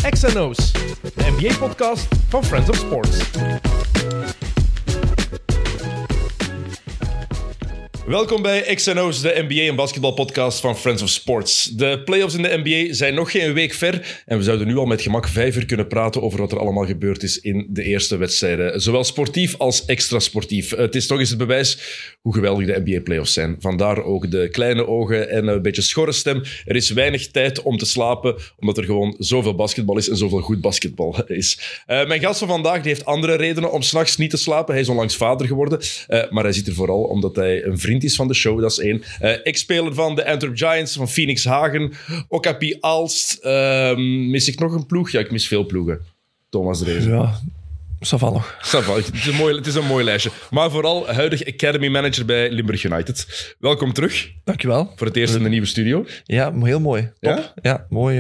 XNO's, de NBA-podcast van Friends of Sports. Welkom bij XNO's, de NBA- en basketbalpodcast van Friends of Sports. De playoffs in de NBA zijn nog geen week ver en we zouden nu al met gemak 5 uur kunnen praten over wat er allemaal gebeurd is in de eerste wedstrijden. Zowel sportief als extra sportief. Het is toch eens het bewijs hoe geweldig de NBA-playoffs zijn. Vandaar ook de kleine ogen en een beetje schorre stem. Er is weinig tijd om te slapen, omdat er gewoon zoveel basketbal is en zoveel goed basketbal is. Mijn gast van vandaag die heeft andere redenen om 's nachts niet te slapen. Hij is onlangs vader geworden, maar hij zit er vooral omdat hij een vriend is van de show, dat is 1. Ex-speler van de Antwerp Giants, van Phoenix Hagen, Okapi Aalst. Mis ik nog een ploeg? Ja, ik mis veel ploegen. Thomas Dreesen. Ja, ça va nog. Het is een mooi lijstje. Maar vooral huidig Academy Manager bij Limburg United. Welkom terug. Dankjewel. Voor het eerst in de nieuwe studio. Ja, heel mooi. Top. Ja? Ja, mooi.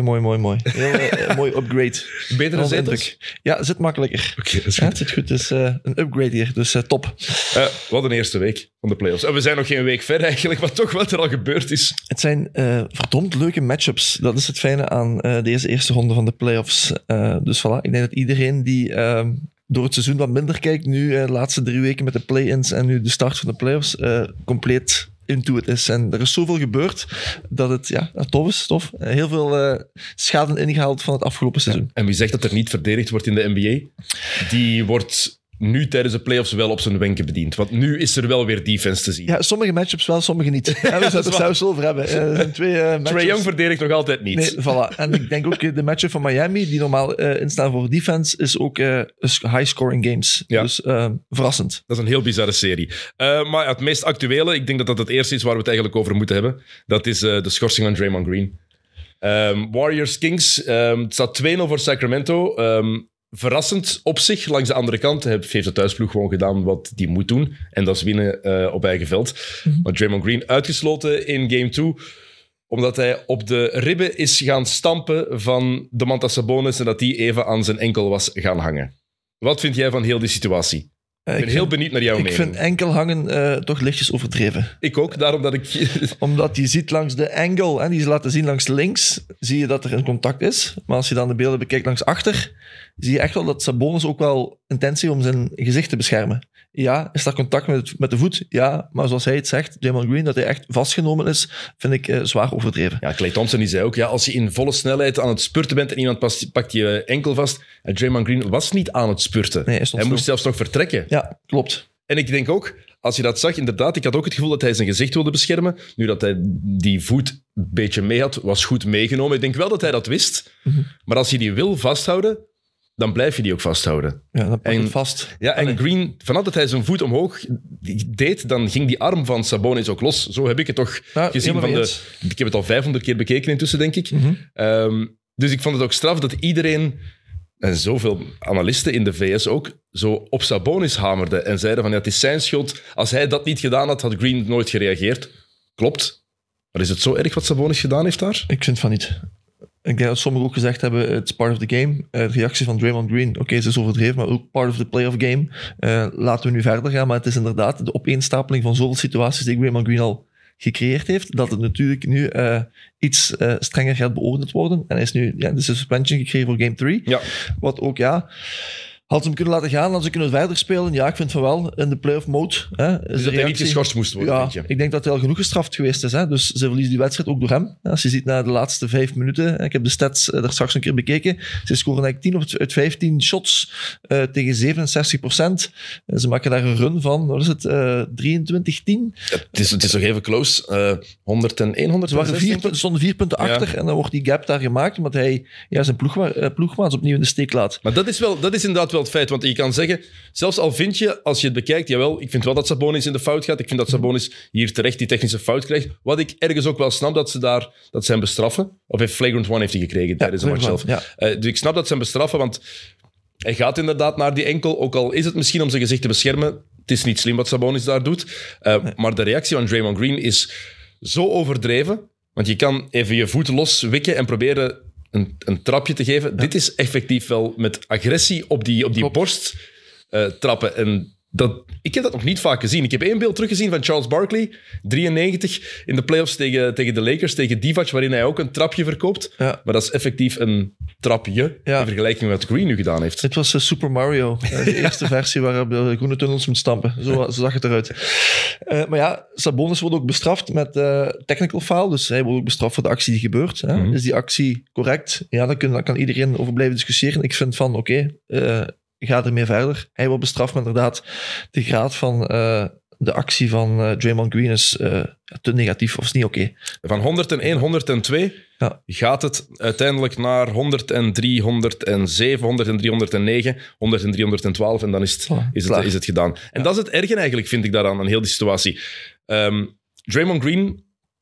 Heel mooi upgrade. Betere zetels? Ja, zit makkelijker. Oké, dat is Ja, goed. het zit goed. Het is een upgrade hier, dus top. Wat een eerste week van de playoffs. En we zijn nog geen week ver eigenlijk, maar toch wat er al gebeurd is. Het zijn verdomd leuke matchups. Dat is het fijne aan deze eerste ronde van de playoffs. Dus voilà, ik denk dat iedereen die door het seizoen wat minder kijkt, nu de laatste 3 weken met de play-ins en nu de start van de playoffs, compleet into it is. En er is zoveel gebeurd dat het tof is. Tof. Heel veel schade ingehaald van het afgelopen seizoen. En wie zegt dat er niet verdedigd wordt in de NBA, die wordt nu tijdens de playoffs wel op zijn wenken bediend. Want nu is er wel weer defense te zien. Ja, sommige matchups wel, sommige niet. Ja, we zouden het zelfs over hebben. Er zijn 2 matchups. Trae Young verdedigt nog altijd niet. Nee, voilà. En ik denk ook de matchup van Miami, die normaal instaan voor defense, is ook high-scoring games. Ja. Dus verrassend. Dat is een heel bizarre serie. Maar het meest actuele, ik denk dat dat het eerste is waar we het eigenlijk over moeten hebben. Dat is de schorsing van Draymond Green. Warriors-Kings. Het staat 2-0 voor Sacramento. Verrassend op zich. Langs de andere kant heeft de thuisploeg gewoon gedaan wat die moet doen. En dat is winnen op eigen veld. Maar Draymond Green uitgesloten in game 2. Omdat hij op de ribben is gaan stampen van Domantas Sabonis en dat die even aan zijn enkel was gaan hangen. Wat vind jij van heel die situatie? Ik ben heel benieuwd naar jouw mening. Ik vind enkel hangen toch lichtjes overdreven. Ik ook, daarom dat ik... Omdat je ziet langs de angle, en die ze laten zien langs links, zie je dat er een contact is. Maar als je dan de beelden bekijkt langs achter, zie je echt wel dat Sabonis ook wel intentie om zijn gezicht te beschermen. Ja, is dat contact met de voet? Ja, maar zoals hij het zegt, Draymond Green, dat hij echt vastgenomen is, vind ik zwaar overdreven. Ja, Klay Thompson die zei ook, als je in volle snelheid aan het spurten bent en iemand pakt je enkel vast. En Draymond Green was niet aan het spurten. Nee, hij moest zelfs nog vertrekken. Ja, klopt. En ik denk ook, als je dat zag, inderdaad, ik had ook het gevoel dat hij zijn gezicht wilde beschermen. Nu dat hij die voet een beetje mee had, was goed meegenomen. Ik denk wel dat hij dat wist. Maar als je die wil vasthouden, dan blijf je die ook vasthouden. Ja, dan pak je het vast. Ja, en Green, vanaf dat hij zijn voet omhoog deed, dan ging die arm van Sabonis ook los. Zo heb ik het toch gezien. Ik heb het al 500 keer bekeken intussen, denk ik. Dus ik vond het ook straf dat iedereen, en zoveel analisten in de VS ook, zo op Sabonis hamerden en zeiden van, het is zijn schuld. Als hij dat niet gedaan had, had Green nooit gereageerd. Klopt. Maar is het zo erg wat Sabonis gedaan heeft daar? Ik vind van niet. Ik denk dat sommigen ook gezegd hebben, it's part of the game. De reactie van Draymond Green, oké, ze is overdreven, maar ook part of the playoff game. Laten we nu verder gaan, maar het is inderdaad de opeenstapeling van zoveel situaties die Draymond Green al gecreëerd heeft, dat het natuurlijk nu iets strenger gaat beoordeeld worden. En hij is nu de suspension gekregen voor game 3. Ja. Wat ook, had ze hem kunnen laten gaan, hadden ze kunnen verder spelen. Ja, ik vind van wel, in de playoff mode. Dus dat hij niet geschorst moest worden, ja, denk je? Ik denk dat hij al genoeg gestraft geweest is. Dus ze verliezen die wedstrijd ook door hem. Als je ziet na de laatste 5 minuten, ik heb de stats daar straks een keer bekeken, ze scoren eigenlijk 10 uit 15 shots tegen 67%. Ze maken daar een run van, wat is het, 23-10? Het is toch even close. 101, 100. Ze stonden 4 punten achter en dan wordt die gap daar gemaakt, omdat hij zijn ploegmaats opnieuw in de steek laat. Maar dat is inderdaad wel het feit, want je kan zeggen, zelfs al vind je, als je het bekijkt, jawel, ik vind wel dat Sabonis in de fout gaat. Ik vind dat Sabonis hier terecht die technische fout krijgt. Wat ik ergens ook wel snap, dat ze hem bestraffen. Of heeft flagrant one heeft hij gekregen tijdens de match zelf. Ja. Dus ik snap dat ze hem bestraffen, want hij gaat inderdaad naar die enkel, ook al is het misschien om zijn gezicht te beschermen. Het is niet slim wat Sabonis daar doet. Nee. Maar de reactie van Draymond Green is zo overdreven, want je kan even je voet loswikken en proberen een trapje te geven. Ja. Dit is effectief wel met agressie op die borst trappen. En ik heb dat nog niet vaak gezien. Ik heb 1 beeld teruggezien van Charles Barkley, 93, in de playoffs tegen de Lakers, tegen Divac, waarin hij ook een trapje verkoopt. Ja. Maar dat is effectief een trapje in vergelijking met wat Green nu gedaan heeft. Het was Super Mario, de eerste versie waarop de groene tunnels moet stampen. Zo zag het eruit. Maar ja, Sabonis wordt ook bestraft met technical foul, dus hij wordt ook bestraft voor de actie die gebeurt. Hè. Is die actie correct? Ja, daar kan iedereen over blijven discussiëren. Ik vind van, ga ermee verder. Hij wordt bestraft, maar inderdaad, de graad van de actie van Draymond Green is te negatief, of is niet oké. Van 101, 102 gaat het uiteindelijk naar 103, 107, 103, 109, 103, 112 en dan is het gedaan. En dat is het erge eigenlijk, vind ik daaraan, aan heel die situatie. Draymond Green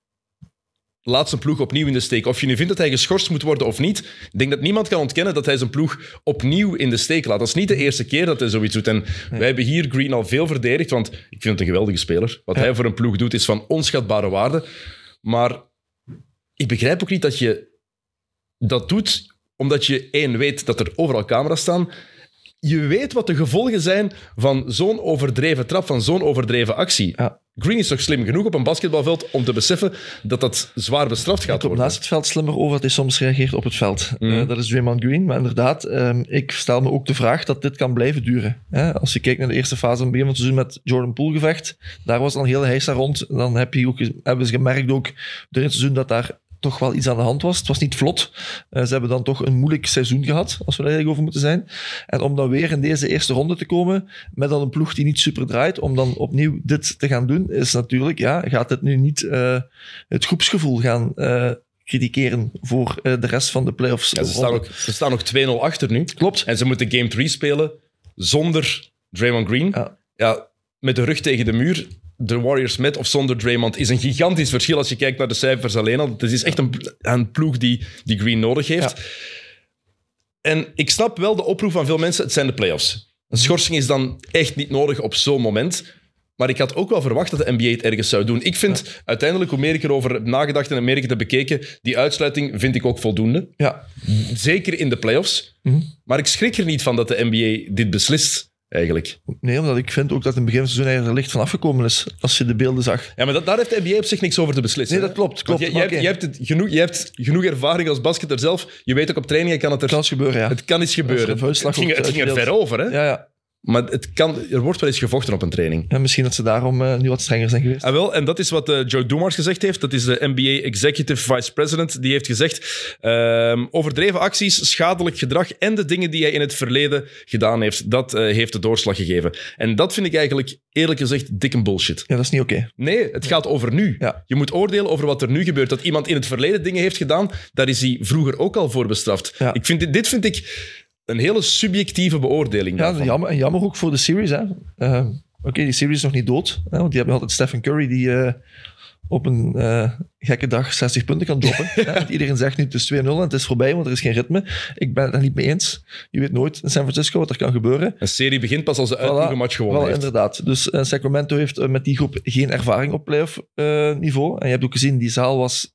laat zijn ploeg opnieuw in de steek. Of je nu vindt dat hij geschorst moet worden of niet, ik denk dat niemand kan ontkennen dat hij zijn ploeg opnieuw in de steek laat. Dat is niet de eerste keer dat hij zoiets doet. En wij hebben hier Green al veel verdedigd, want ik vind het een geweldige speler. Wat hij voor een ploeg doet, is van onschatbare waarde. Maar ik begrijp ook niet dat je dat doet, omdat je weet dat er overal camera's staan. Je weet wat de gevolgen zijn van zo'n overdreven trap, van zo'n overdreven actie. Ja. Green is toch slim genoeg op een basketbalveld om te beseffen dat dat zwaar bestraft gaat worden. Naast het veld slimmer over dat hij soms reageert op het veld. Dat is Draymond Green. Maar inderdaad, ik stel me ook de vraag dat dit kan blijven duren. Als je kijkt naar de eerste fase van het begin van het seizoen met Jordan Poole gevecht, daar was dan heel heisa rond. Dan hebben ze gemerkt ook door het seizoen dat daar toch wel iets aan de hand was. Het was niet vlot. Ze hebben dan toch een moeilijk seizoen gehad, als we daar eigenlijk over moeten zijn. En om dan weer in deze eerste ronde te komen, met dan een ploeg die niet super draait, om dan opnieuw dit te gaan doen, is natuurlijk, gaat het nu niet het groepsgevoel gaan kritikeren voor de rest van de playoffs. Ja, ze staan nog 2-0 achter nu. Klopt. En ze moeten Game 3 spelen zonder Draymond Green. Ja, met de rug tegen de muur. De Warriors met of zonder Draymond is een gigantisch verschil als je kijkt naar de cijfers alleen al. Het is echt een ploeg die Green nodig heeft. Ja. En ik snap wel de oproep van veel mensen, het zijn de playoffs. Een schorsing is dan echt niet nodig op zo'n moment. Maar ik had ook wel verwacht dat de NBA het ergens zou doen. Ik vind uiteindelijk, hoe meer ik erover heb nagedacht en meer ik het heb bekeken, die uitsluiting vind ik ook voldoende. Ja. Zeker in de playoffs. Maar ik schrik er niet van dat de NBA dit beslist. Eigenlijk. Nee, omdat ik vind ook dat in het begin van het seizoen er licht van afgekomen is, als je de beelden zag. Ja, maar daar heeft de NBA op zich niks over te beslissen. Nee, dat klopt. Je hebt genoeg ervaring als basketter zelf. Je weet ook op trainingen kan het er... Het kan gebeuren, ja. Het kan iets gebeuren. Het ging er ver over, hè? Ja. Maar er wordt wel eens gevochten op een training. Ja, misschien dat ze daarom nu wat strenger zijn geweest. En dat is wat Joe Dumars gezegd heeft. Dat is de NBA Executive Vice President. Die heeft gezegd, overdreven acties, schadelijk gedrag en de dingen die hij in het verleden gedaan heeft, dat heeft de doorslag gegeven. En dat vind ik eigenlijk, eerlijk gezegd, dikke bullshit. Ja, dat is niet oké. Nee, het gaat over nu. Ja. Je moet oordelen over wat er nu gebeurt. Dat iemand in het verleden dingen heeft gedaan, daar is hij vroeger ook al voor bestraft. Ja. Dit vind ik een hele subjectieve beoordeling. Ja, jammer ook voor de series. Oké, die series is nog niet dood. Want die hebben altijd Stephen Curry die op een gekke dag 60 punten kan droppen. Iedereen zegt nu het is 2-0 en het is voorbij, want er is geen ritme. Ik ben het daar niet mee eens. Je weet nooit in San Francisco wat er kan gebeuren. Een serie begint pas als de uitploegenmatch gewonnen heeft. Inderdaad. Dus Sacramento heeft met die groep geen ervaring op playoff niveau. En je hebt ook gezien, die zaal was...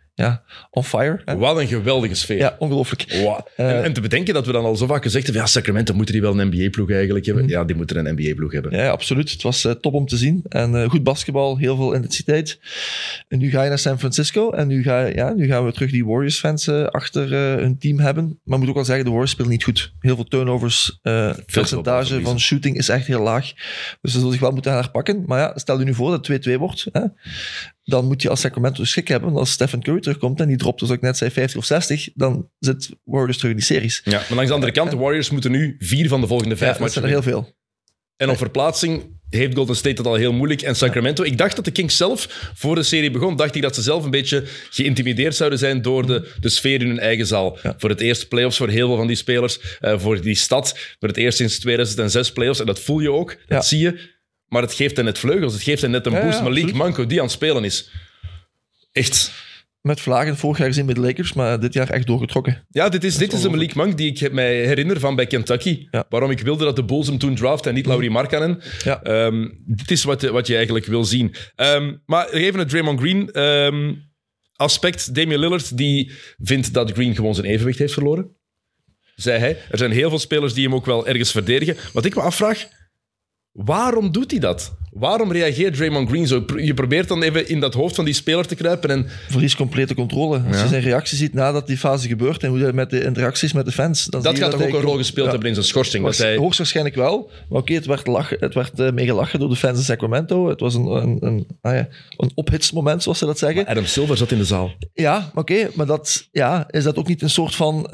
on fire. Hè? Wat een geweldige sfeer. Ja, ongelooflijk. Wow. En te bedenken dat we dan al zo vaak gezegd hebben, Sacramento moeten die wel een NBA-ploeg eigenlijk hebben. Ja, die moeten een NBA-ploeg hebben. Ja, absoluut. Het was top om te zien. En goed basketbal, heel veel intensiteit. En nu ga je naar San Francisco en nu gaan we terug die Warriors-fans achter hun team hebben. Maar ik moet ook wel zeggen, de Warriors spelen niet goed. Heel veel turnovers. Percentage van shooting is echt heel laag. Dus ze zullen zich wel moeten herpakken. Maar ja, stel je nu voor dat het 2-2 wordt. Hè? Dan moet je als Sacramento schik hebben. Want als Stephen Curry terugkomt en die dropt, zoals ik net zei, 50 of 60, dan zit Warriors terug in die series. Ja, maar langs de andere kant, de Warriors moeten nu 4 van de volgende 5 matchen. Dat zijn er heel veel. En op verplaatsing heeft Golden State dat al heel moeilijk. En Sacramento, ik dacht dat de Kings zelf, voor de serie begon, dacht ik dat ze zelf een beetje geïntimideerd zouden zijn door de sfeer in hun eigen zaal. Ja. Voor het eerst playoffs voor heel veel van die spelers. Voor die stad, voor het eerst sinds 2006 playoffs. En dat voel je ook, dat zie je. Maar het geeft hen net vleugels, het geeft hen net een boost. Malik Monk, die aan het spelen is. Echt. Met vlagen vorig jaar gezien met de Lakers, maar dit jaar echt doorgetrokken. Ja, dit is de Malik Monk die ik mij herinner van bij Kentucky. Ja. Waarom ik wilde dat de Bulls hem toen draften en niet Lauri Markkanen. Ja. Dit is wat je eigenlijk wil zien. Maar even het Draymond Green aspect. Damian Lillard die vindt dat Green gewoon zijn evenwicht heeft verloren. Zei hij. Er zijn heel veel spelers die hem ook wel ergens verdedigen. Wat ik me afvraag... Waarom doet hij dat? Waarom reageert Draymond Green zo? Je probeert dan even in dat hoofd van die speler te kruipen en... Verlies complete controle. Als je zijn reactie ziet nadat die fase gebeurt en hoe hij met de interacties met de fans... Dan dat zie je gaat toch ook een rol gespeeld hebben in zijn schorsing? Hoogstwaarschijnlijk wel. Maar oké, het werd mee gelachen door de fans in Sacramento. Het was een ophitsmoment, zoals ze dat zeggen. Maar Adam Silver zat in de zaal. Ja, oké, maar is dat ook niet een soort van...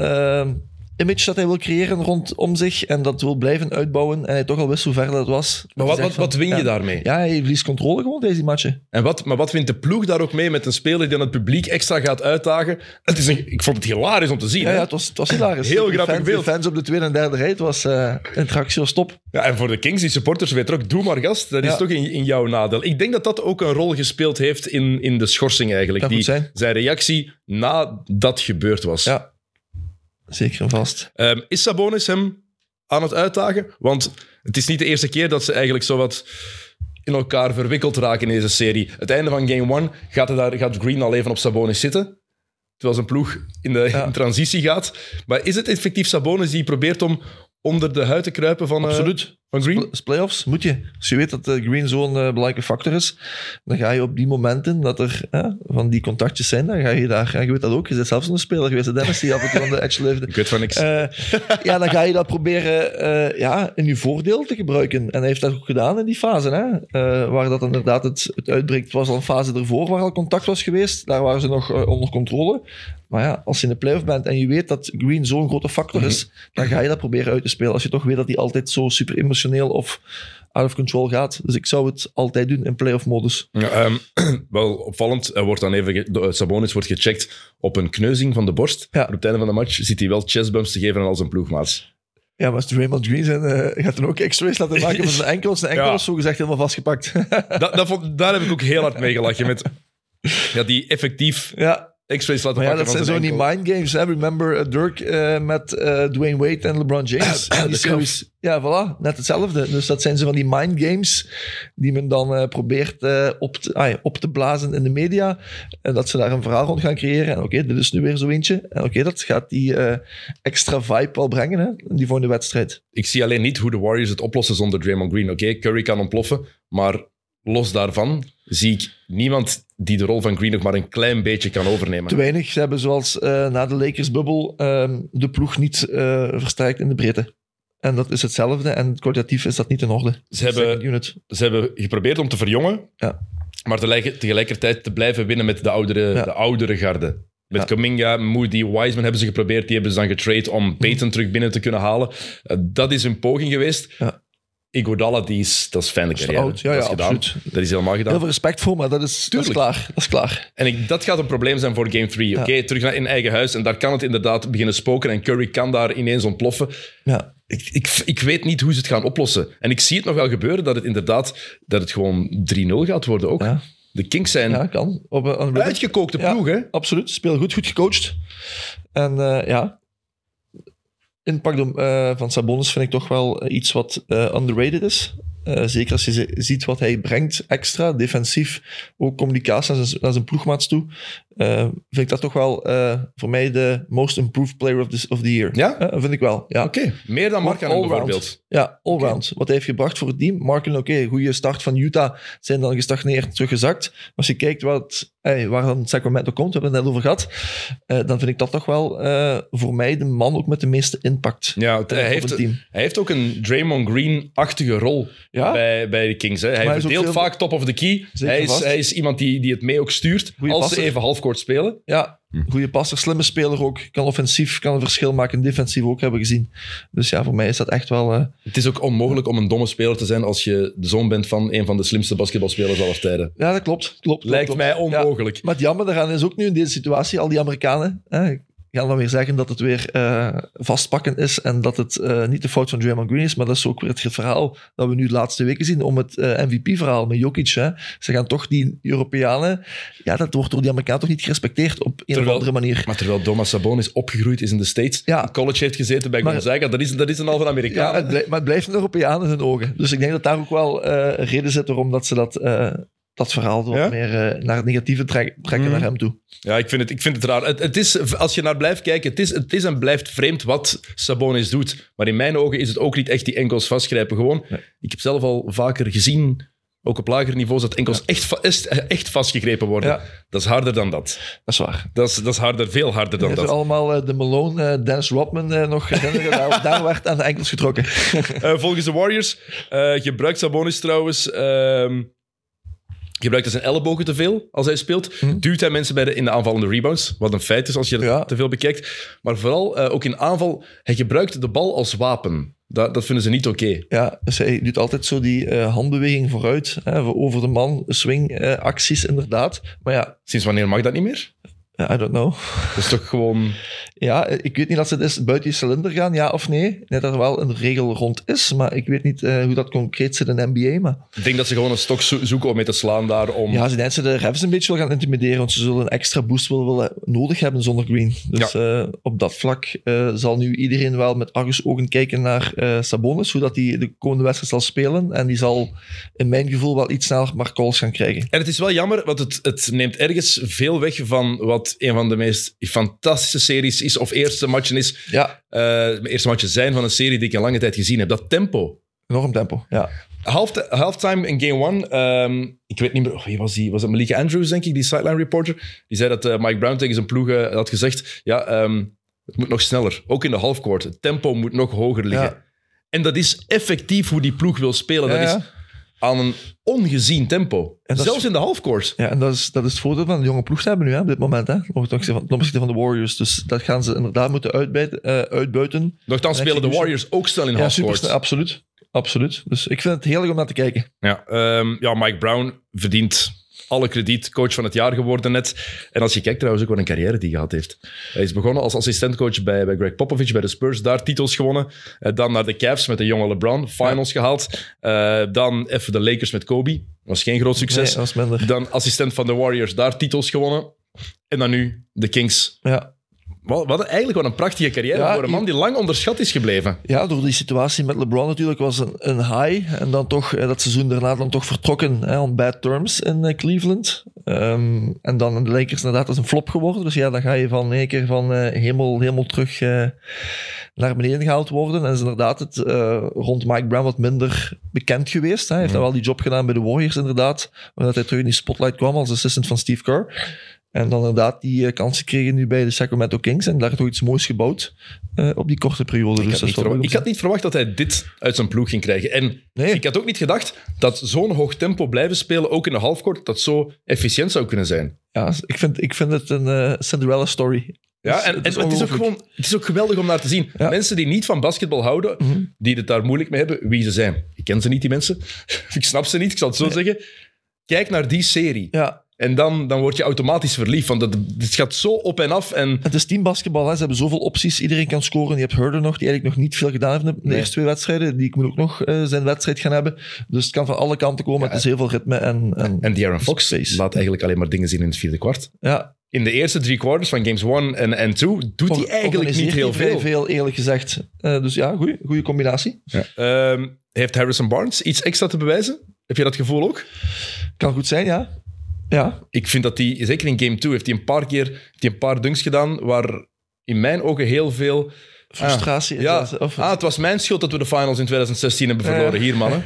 image dat hij wil creëren rondom zich en dat wil blijven uitbouwen en hij toch al wist hoe ver dat was. Maar wat win je daarmee? Ja, hij verliest controle gewoon tijdens die matchen. Maar wat wint de ploeg daar ook mee met een speler die dan het publiek extra gaat uitdagen? Ik vond het hilarisch om te zien. Ja, het was hilarisch. Heel grappig beeld. De fans op de tweede en derde rij, het was interactie was top. Ja, en voor de Kings, die supporters, weet er ook, doe maar gast, dat is toch in jouw nadeel. Ik denk dat dat ook een rol gespeeld heeft in de schorsing eigenlijk. Kan goed zijn. Zijn reactie nadat gebeurd was. Ja. Zeker en vast. Is Sabonis hem aan het uitdagen? Want het is niet de eerste keer dat ze eigenlijk zo wat in elkaar verwikkeld raken in deze serie. Het einde van Game 1 gaat Green al even op Sabonis zitten, terwijl zijn ploeg in transitie gaat. Maar is het effectief Sabonis die probeert om onder de huid te kruipen van Absoluut. Van Green? Playoffs moet je. Als je weet dat Green zo'n belangrijke factor is, dan ga je op die momenten dat er van die contactjes zijn, dan ga je daar... En je weet dat ook, je bent zelfs een speler geweest, Dennis, die af en toe aan de edge leefde. Ik weet van niks. Dan ga je dat proberen in je voordeel te gebruiken. En hij heeft dat ook gedaan in die fase. Waar dat inderdaad het uitbreekt. Het was al een fase ervoor waar al contact was geweest. Daar waren ze nog onder controle. Maar ja, als je in de playoff bent en je weet dat Green zo'n grote factor is, dan ga je dat proberen uit te spelen. Als je toch weet dat hij altijd zo super emotioneel of out of control gaat. Dus ik zou het altijd doen in playoff-modus. Ja, wel opvallend. Wordt dan even, Sabonis wordt gecheckt op een kneuzing van de borst. Ja. Op het einde van de match zit hij wel chestbumps te geven aan al zijn ploegmaats. Ja, maar als Draymond Green gaat dan ook x-rays laten maken van zijn enkel. Zijn enkel was zogezegd helemaal vastgepakt. Daar heb ik ook heel hard mee gelachen. Met die effectief... Ja. X-rays laten maar pakken dat zijn zo die mind games. Hè? Remember Dirk met Dwayne Wade en LeBron James. Die series, ja, voilà. Net hetzelfde. Dus dat zijn zo van die mind games die men dan probeert op te blazen in de media. En dat ze daar een verhaal rond gaan creëren. En oké, dit is nu weer zo eentje. En oké, dat gaat die extra vibe wel brengen, hè? Die volgende wedstrijd. Ik zie alleen niet hoe de Warriors het oplossen zonder Draymond Green. Oké, Curry kan ontploffen, maar los daarvan zie ik niemand die de rol van Green nog maar een klein beetje kan overnemen. Te weinig. Ze hebben zoals na de Lakers-bubbel de ploeg niet versterkt in de breedte. En dat is hetzelfde. En kwalitatief is dat niet in orde. Ze hebben geprobeerd om te verjongen, maar tegelijkertijd te blijven winnen met de oudere garde. Met Kuminga, Moody, Wiseman hebben ze geprobeerd. Die hebben ze dan getrade om Payton terug binnen te kunnen halen. Dat is een poging geweest. Ja. Iguodala, dat is fijne carrière. Oud. Ja, dat is gedaan. Absoluut. Dat is helemaal gedaan. Heel veel respect voor, maar dat is klaar. Dat is klaar. En dat gaat een probleem zijn voor Game 3. Oké, terug in eigen huis. En daar kan het inderdaad beginnen spoken. En Curry kan daar ineens ontploffen. Ja. Ik weet niet hoe ze het gaan oplossen. En ik zie het nog wel gebeuren dat het gewoon 3-0 gaat worden ook. Ja. De Kings zijn een uitgekookte ploeg. Hè? Absoluut. Speel goed gecoacht. En impact van Sabonis vind ik toch wel iets wat underrated is. Zeker als je ziet wat hij brengt extra, defensief, ook communicatie naar zijn ploegmaats toe. Vind ik dat toch wel voor mij de most improved player of the year. Ja? Vind ik wel. Ja. Oké. Meer dan Markkanen bijvoorbeeld. Ja, allround. Wat hij heeft gebracht voor het team. Markkanen, goede start van Utah. Zijn dan gestagneerd, teruggezakt. Maar als je kijkt waar dan Sacramento komt, we hebben het net over gehad, dan vind ik dat toch wel voor mij de man ook met de meeste impact op het team. Hij heeft ook een Draymond Green-achtige rol bij de Kings. Hè. Hij verdeelt vaak top of the key. Hij is iemand die het mee ook stuurt. Goeie als passer. Ze even halfcourt spelen. Ja, goede passer, slimme speler ook. Kan offensief, kan een verschil maken. Defensief ook, hebben we gezien. Dus ja, voor mij is dat echt wel... Het is ook onmogelijk om een domme speler te zijn als je de zoon bent van een van de slimste basketbalspelers aller tijden. Ja, dat klopt. Lijkt mij onmogelijk. Ja, maar het jammer daaraan is ook nu in deze situatie, al die Amerikanen... gaan dan weer zeggen dat het weer vastpakken is en dat het niet de fout van Draymond Green is, maar dat is ook weer het verhaal dat we nu de laatste weken zien om het MVP-verhaal met Jokic. Hè. Ze gaan toch die Europeanen... Ja, dat wordt door die Amerikanen toch niet gerespecteerd op een of andere manier. Maar terwijl Domas Sabonis opgegroeid is in de States, in college heeft gezeten bij Gonzaga, dat is een halve Amerikaan. Ja, maar het blijft een Europeaan in hun ogen. Dus ik denk dat daar ook wel een reden zit waarom dat ze dat dat verhaal wat meer naar het negatieve trekken naar hem toe. Ja, ik vind het raar. Het is, als je naar blijft kijken, het is en blijft vreemd wat Sabonis doet. Maar in mijn ogen is het ook niet echt die enkels vastgrijpen. Gewoon, ik heb zelf al vaker gezien, ook op lager niveaus, dat enkels echt vastgegrepen worden. Ja. Dat is harder dan dat. Dat is waar. Dat is harder, veel harder dan dat. Allemaal de Malone, Dennis Rodman nog herinneren. Daar werd aan de enkels getrokken. Volgens de Warriors gebruikt Sabonis trouwens... gebruikt hij zijn ellebogen te veel als hij speelt. Duwt hij mensen in de aanvallende rebounds. Wat een feit is als je het te veel bekijkt. Maar vooral ook in aanval. Hij gebruikt de bal als wapen. Dat vinden ze niet oké. Ja, dus hij doet altijd zo die handbeweging vooruit. Over de man, swing-acties inderdaad. Maar ja... Sinds wanneer mag dat niet meer? I don't know. Dat is toch gewoon... Ja, ik weet niet of ze dus buiten die cilinder gaan, ja of nee. Net dat er wel een regel rond is, maar ik weet niet hoe dat concreet zit in de NBA. Maar... Ik denk dat ze gewoon een stok zoeken om mee te slaan daar. Ja, ze denken dat ze de refs een beetje wil gaan intimideren, want ze zullen een extra boost willen nodig hebben zonder Green. Dus op dat vlak zal nu iedereen wel met argusogen kijken naar Sabonis, hoe dat hij de komende wedstrijd zal spelen. En die zal in mijn gevoel wel iets sneller maar calls gaan krijgen. En het is wel jammer, want het neemt ergens veel weg van wat een van de meest fantastische series is, of eerste matchen is. Ja. Eerste matchen zijn van een serie die ik in lange tijd gezien heb. Dat tempo. Enorm tempo, ja. Halftime in game 1. Ik weet niet meer, wie was die? Was het Malika Andrews, denk ik, die sideline reporter? Die zei dat Mike Brown tegen zijn ploeg had gezegd, het moet nog sneller. Ook in de halfcourt. Het tempo moet nog hoger liggen. Ja. En dat is effectief hoe die ploeg wil spelen. Dat is aan een ongezien tempo. Zelfs in de halfcourt. Ja, en dat is het voordeel van de jonge ploeg te hebben nu, op dit moment. Ten opzichte van de Warriors. Dus dat gaan ze inderdaad moeten uitbuiten. Nochtans spelen de Warriors ook snel in halfcourt. Absoluut. Dus ik vind het heerlijk om naar te kijken. Ja, Mike Brown verdient alle krediet, coach van het jaar geworden net. En als je kijkt trouwens ook wat een carrière die hij gehad heeft. Hij is begonnen als assistentcoach bij Greg Popovich, bij de Spurs, daar titels gewonnen. Dan naar de Cavs met de jonge LeBron, finals gehaald. Dan even de Lakers met Kobe. Was geen groot succes. Nee, was minder. Dan assistent van de Warriors, daar titels gewonnen. En dan nu de Kings. Ja. Eigenlijk wat een prachtige carrière voor een man die lang onderschat is gebleven. Ja, door die situatie met LeBron natuurlijk was een high. En dan toch, dat seizoen daarna dan toch vertrokken on bad terms in Cleveland. En dan in de Lakers inderdaad is een flop geworden. Dus ja, dan ga je van één keer van hemel terug naar beneden gehaald worden. En is inderdaad het rond Mike Brown wat minder bekend geweest. Hij heeft dan wel die job gedaan bij de Warriors inderdaad. Waar hij terug in die spotlight kwam als assistant van Steve Kerr. En dan inderdaad die kansen kregen nu bij de Sacramento Kings. En daar toch iets moois gebouwd op die korte periode. Ik had niet verwacht dat hij dit uit zijn ploeg ging krijgen. En ik had ook niet gedacht dat zo'n hoog tempo blijven spelen, ook in de halfcourt, dat zo efficiënt zou kunnen zijn. Ja, ik vind het een Cinderella story. Ja, en het is ook geweldig om naar te zien. Ja. Mensen die niet van basketbal houden, die het daar moeilijk mee hebben, wie ze zijn. Ik ken ze niet, die mensen. Ik snap ze niet, ik zal het zo zeggen. Kijk naar die serie. Ja. En dan word je automatisch verliefd. Want het gaat zo op en af. En... Het is teambasketbal. Ze hebben zoveel opties. Iedereen kan scoren. Je hebt Herder nog, die eigenlijk nog niet veel gedaan heeft in de eerste 2 wedstrijden. Die moet ook nog zijn wedstrijd gaan hebben. Dus het kan van alle kanten komen. Het is heel veel ritme. En De'Aaron Fox laat eigenlijk alleen maar dingen zien in het vierde kwart. Ja. In de eerste 3 quarters van games 1 en 2 doet hij eigenlijk niet heel veel. Veel, eerlijk gezegd. Dus ja, goede combinatie. Ja. Heeft Harrison Barnes iets extra te bewijzen? Heb je dat gevoel ook? Kan goed zijn, ja. Ik vind dat hij, zeker in game 2, heeft hij een paar dunks gedaan waar in mijn ogen heel veel... Frustratie. Het was mijn schuld dat we de finals in 2016 hebben verloren. Hier, mannen.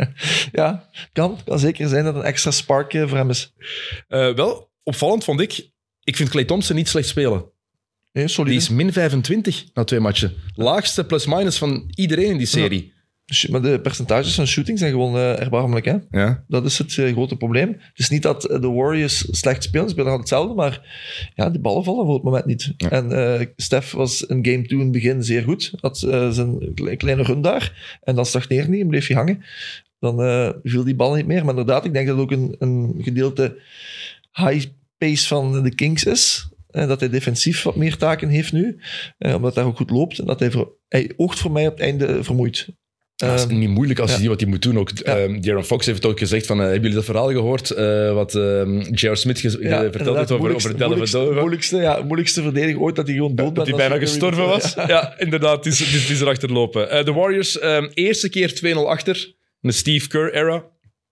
Ja, kan zeker zijn dat een extra spark voor hem is. Wel, opvallend vond ik. Ik vind Klay Thompson niet slecht spelen. Nee, solide. Die is min 25 na 2 matchen. Laagste plus-minus van iedereen in die serie. Ja. Maar de percentages van shooting zijn gewoon erbarmelijk. Hè? Ja. Dat is het grote probleem. Het is niet dat de Warriors slecht spelen, ze spelen altijd hetzelfde, maar de ballen vallen voor het moment niet. Ja. En Steph was in game 2 in het begin zeer goed. Had zijn kleine run daar. En dan stagneerde hij en bleef hij hangen. Dan viel die bal niet meer. Maar inderdaad, ik denk dat het ook een gedeelte high pace van de Kings is. Dat hij defensief wat meer taken heeft nu. Omdat hij ook goed loopt. En dat hij oogt voor mij op het einde vermoeid. Dat is niet moeilijk als je ziet wat hij moet doen. Ook De'Aaron Fox heeft ook gezegd van... hebben jullie dat verhaal gehoord? Wat J.R. Smith verteld heeft over Dellavedova? Moeilijkste verdediger ooit, dat hij gewoon dood dat hij bijna gestorven was. Ja, inderdaad. Het is erachter lopen. De Warriors, eerste keer 2-0 achter. In de Steve Kerr-era.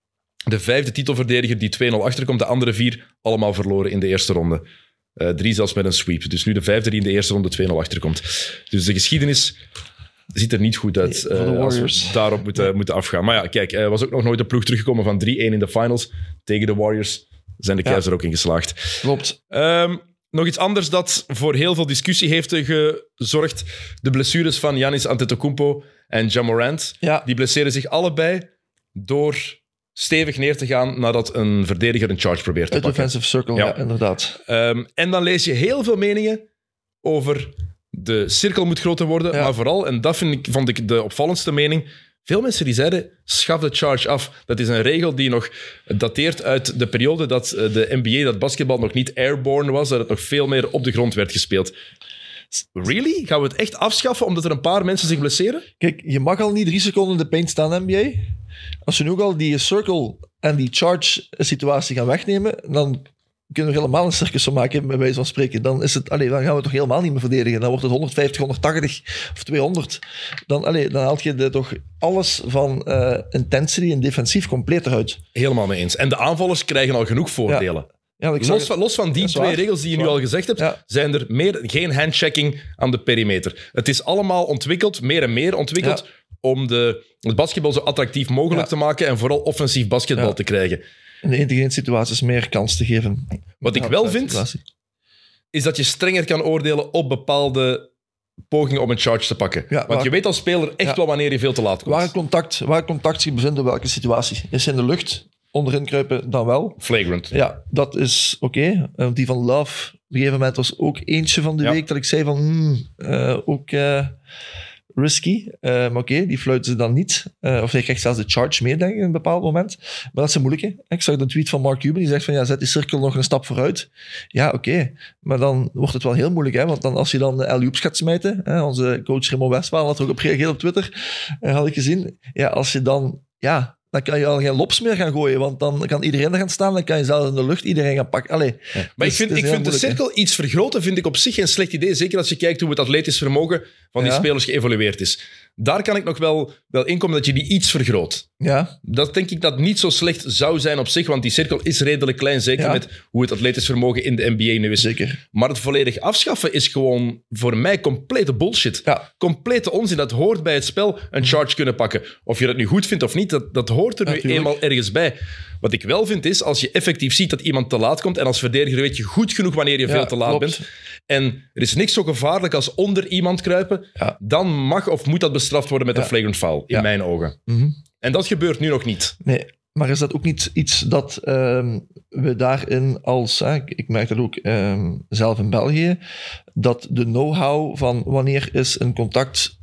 De 5e titelverdediger die 2-0 achterkomt. De andere 4 allemaal verloren in de eerste ronde. 3 zelfs met een sweep. Dus nu de 5e die in de eerste ronde 2-0 achterkomt. Dus de geschiedenis ziet er niet goed uit als we daarop moeten afgaan. Maar ja, kijk, er was ook nog nooit een ploeg teruggekomen van 3-1 in de finals. Tegen de Warriors zijn de Cavs er ook in geslaagd. Klopt. Nog iets anders dat voor heel veel discussie heeft gezorgd. De blessures van Giannis Antetokounmpo en Ja Morant. Ja. Die blesseren zich allebei door stevig neer te gaan nadat een verdediger een charge probeert te Uit pakken. defensive circle, ja inderdaad. En dan lees je heel veel meningen over de cirkel moet groter worden, maar vooral, en dat vond ik de opvallendste mening, veel mensen die zeiden, schaf de charge af. Dat is een regel die nog dateert uit de periode dat de NBA, dat basketbal nog niet airborne was, dat het nog veel meer op de grond werd gespeeld. Really? Gaan we het echt afschaffen omdat er een paar mensen zich blesseren? Kijk, je mag al niet 3 seconden in de paint staan, NBA. Als we nu ook al die circle en die charge situatie gaan wegnemen, dan kunnen we er helemaal een circus van maken, bij wijze van spreken. Dan gaan we het toch helemaal niet meer verdedigen. Dan wordt het 150, 180 of 200. Dan haal je toch alles van intensity en defensief compleet eruit. Helemaal mee eens. En de aanvallers krijgen al genoeg voordelen. Ja, los van die 2 regels die je nu al gezegd hebt, zijn er geen handchecking aan de perimeter. Het is allemaal ontwikkeld, meer en meer ontwikkeld, om het basketbal zo attractief mogelijk te maken en vooral offensief basketbal te krijgen. In de 1-tegen-1 situaties meer kans te geven. Wat ik wel vind, is dat je strenger kan oordelen op bepaalde pogingen om een charge te pakken. Want je weet als speler echt wel wanneer je veel te laat komt. Waar contact zich bevindt in welke situatie. Is in de lucht, onderin kruipen, dan wel. Flagrant. Ja, dat is oké. Die van Love, op een gegeven moment was ook eentje van de week dat ik zei van, ook risky. Maar oké, die fluiten ze dan niet. Of hij krijgt zelfs de charge mee, denk ik, in een bepaald moment. Maar dat is een moeilijke. Ik zag een tweet van Mark Cuban, die zegt van, zet die cirkel nog een stap vooruit. Ja, oké. Maar dan wordt het wel heel moeilijk, hè? Want dan, als je dan de alley-oops gaat smijten, onze coach Raymond Westphal had er ook op gereageerd op Twitter, had ik gezien. Ja, als je dan, dan kan je al geen lobs meer gaan gooien, want dan kan iedereen er gaan staan, dan kan je zelfs in de lucht iedereen gaan pakken. Allee, maar ik vind de cirkel iets vergroten vind ik op zich geen slecht idee, zeker als je kijkt hoe het atletisch vermogen van die spelers geëvolueerd is. Daar kan ik nog wel inkomen dat je die iets vergroot. Ja. Dat denk ik dat niet zo slecht zou zijn op zich, want die cirkel is redelijk klein, zeker met hoe het atletisch vermogen in de NBA nu is. Zeker. Maar het volledig afschaffen is gewoon voor mij complete bullshit. Ja. Complete onzin. Dat hoort bij het spel, een charge kunnen pakken. Of je dat nu goed vindt of niet, dat hoort er nu eenmaal ergens bij. Wat ik wel vind is, als je effectief ziet dat iemand te laat komt, en als verdediger weet je goed genoeg wanneer je veel te laat bent, en er is niks zo gevaarlijk als onder iemand kruipen, dan mag of moet dat bestraft worden met een flagrant foul, in mijn ogen. Mm-hmm. En dat gebeurt nu nog niet. Nee, maar is dat ook niet iets dat we daarin als... ik merk dat ook zelf in België, dat de know-how van wanneer is een contact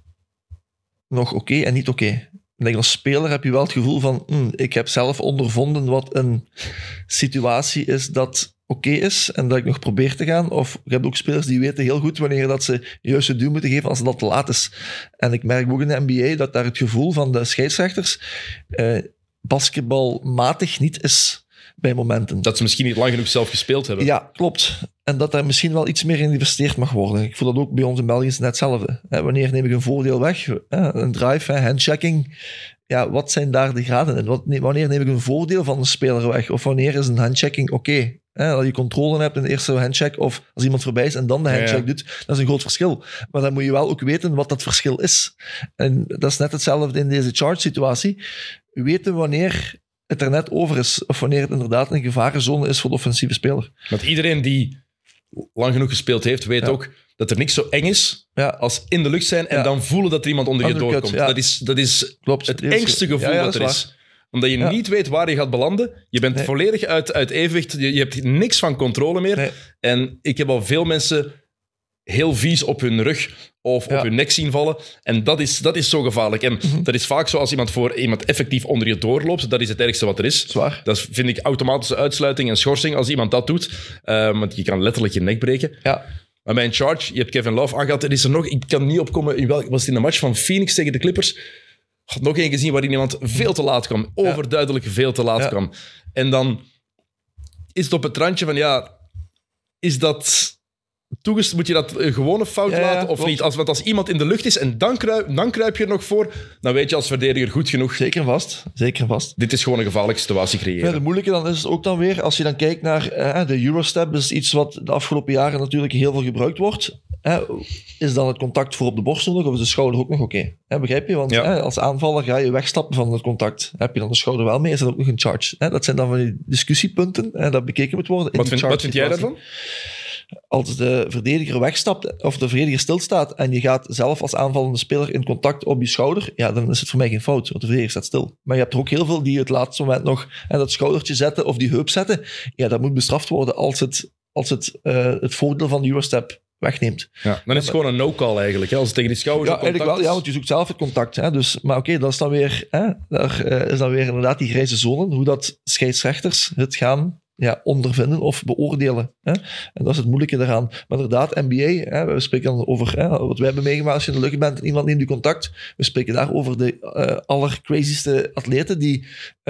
nog oké en niet oké. Ik denk als speler heb je wel het gevoel van ik heb zelf ondervonden wat een situatie is dat oké is en dat ik nog probeer te gaan. Of je hebt ook spelers die weten heel goed wanneer dat ze juist de duw moeten geven als dat te laat is. En ik merk ook in de NBA dat daar het gevoel van de scheidsrechters basketbalmatig niet is bij momenten. Dat ze misschien niet lang genoeg zelf gespeeld hebben. Ja, klopt. En dat daar misschien wel iets meer in geïnvesteerd mag worden. Ik voel dat ook bij ons in België is net hetzelfde. Wanneer neem ik een voordeel weg? Een drive, handchecking. Ja, wat zijn daar de graden in? Wanneer neem ik een voordeel van een speler weg? Of wanneer is een handchecking oké? Dat je controle hebt in de eerste handcheck, of als iemand voorbij is en dan de handcheck doet, dat is een groot verschil. Maar dan moet je wel ook weten wat dat verschil is. En dat is net hetzelfde in deze charge-situatie. Weten wanneer het er net over is, of wanneer het inderdaad een gevarenzone is voor de offensieve speler. Want iedereen die lang genoeg gespeeld heeft, weet ook dat er niks zo eng is als in de lucht zijn en dan voelen dat er iemand onder je doorkomt. Ja. Dat is klopt. Het engste gevoel dat er is. Omdat je niet weet waar je gaat belanden. Je bent volledig uit evenwicht. Je hebt niks van controle meer. Nee. En ik heb al veel mensen heel vies op hun rug of op hun nek zien vallen. En dat is zo gevaarlijk. En dat is vaak zo als iemand effectief onder je doorloopt. Dat is het ergste wat er is. Zwaar. Dat vind ik automatische uitsluiting en schorsing als iemand dat doet. Want je kan letterlijk je nek breken. Ja. Maar bij een charge, je hebt Kevin Love aangehaald. Er is er nog, ik kan niet opkomen, was het in de match van Phoenix tegen de Clippers? Ik had nog één gezien waarin iemand veel te laat kwam. Overduidelijk veel te laat kwam. En dan is het op het randje van, is dat moet je dat een gewone fout laten of klopt. niet? Want als iemand in de lucht is en dan kruip je er nog voor, dan weet je als verdediger goed genoeg. Zeker vast. Dit is gewoon een gevaarlijke situatie creëren. Ja, de moeilijke dan is het ook dan weer, als je dan kijkt naar de Eurostep, is iets wat de afgelopen jaren natuurlijk heel veel gebruikt wordt. Is dan het contact voor op de borst nog of is de schouder ook nog oké? Begrijp je? Want als aanvaller ga je wegstappen van het contact. Heb je dan de schouder wel mee, is dat ook nog een charge? Dat zijn dan van die discussiepunten dat bekeken moet worden. Wat vind jij daarvan? Als de verdediger wegstapt of de verdediger stilstaat en je gaat zelf als aanvallende speler in contact op je schouder, ja, dan is het voor mij geen fout, want de verdediger staat stil. Maar je hebt er ook heel veel die het laatste moment nog dat schoudertje zetten of die heup zetten. Ja, dat moet bestraft worden als het voordeel van de Eurostep wegneemt. Ja, dan is het gewoon een no-call eigenlijk, hè? Als het tegen die schouders Ja, eigenlijk wel, ja, want je zoekt zelf het contact. Hè? Dus, maar oké, dat is dan weer, daar is dan weer inderdaad die grijze zone, hoe dat scheidsrechters het gaan ondervinden of beoordelen. Hè? En dat is het moeilijke daaraan. Maar inderdaad, NBA, we spreken dan over wat wij hebben meegemaakt als je in de lucht bent en iemand neemt je contact. We spreken daar over de allercrazyste atleten die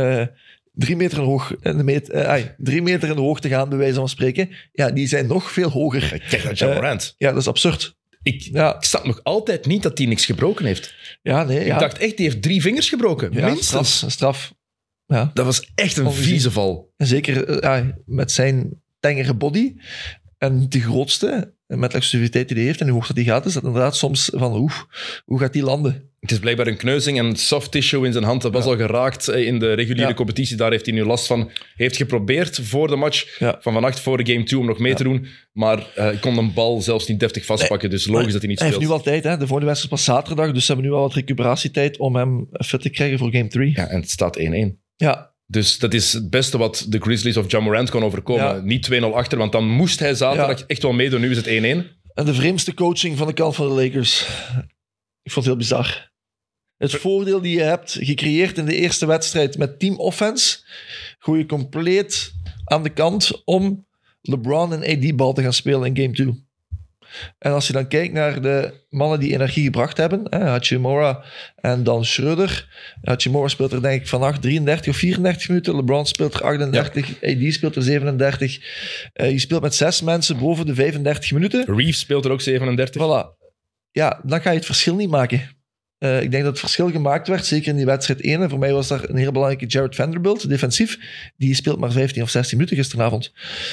3 meter hoog 3 meter in de hoogte gaan, bij wijze van spreken. Ja, die zijn nog veel hoger. Kijk naar Ja Morant. Ja, dat is absurd. Ik snap nog altijd niet dat hij niks gebroken heeft. Ja, nee. Ik dacht echt, die heeft 3 vingers gebroken. Ja, minstens. Straf. Ja. Dat was echt een vieze val. En zeker met zijn tengere body en de grootste, en met de explosiviteit die hij heeft en hoe hoog dat hij gaat, is dat inderdaad soms van hoe gaat die landen? Het is blijkbaar een kneuzing en soft tissue in zijn hand. Dat was al geraakt in de reguliere competitie. Daar heeft hij nu last van. Hij heeft geprobeerd voor de match van vannacht, voor de game 2, om nog mee te doen. Maar hij kon een bal zelfs niet deftig vastpakken. Dus logisch dat hij niet speelt. Hij heeft nu al tijd. Hè? De volgende wedstrijd is pas zaterdag. Dus ze hebben nu al wat recuperatietijd om hem fit te krijgen voor game 3. Ja, en het staat 1-1. Ja. Dus dat is het beste wat de Grizzlies of Ja Morant kon overkomen. Ja. Niet 2-0 achter, want dan moest hij zaterdag echt wel meedoen. Nu is het 1-1. En de vreemdste coaching van de kant van de Lakers. Ik vond het heel bizar. Het voordeel die je hebt gecreëerd in de eerste wedstrijd met team offense, gooi je compleet aan de kant om LeBron en AD bal te gaan spelen in game 2. En als je dan kijkt naar de mannen die energie gebracht hebben, Hachimura en dan Schröder. Hachimura speelt er denk ik vannacht 33 of 34 minuten. LeBron speelt er 38. Ja. AD speelt er 37. Je speelt met 6 mensen boven de 35 minuten. Reeves speelt er ook 37. Voilà. Ja, dan ga je het verschil niet maken. Ik denk dat het verschil gemaakt werd, zeker in die wedstrijd 1. En voor mij was daar een heel belangrijke Jared Vanderbilt, defensief. Die speelt maar 15 of 16 minuten gisteravond.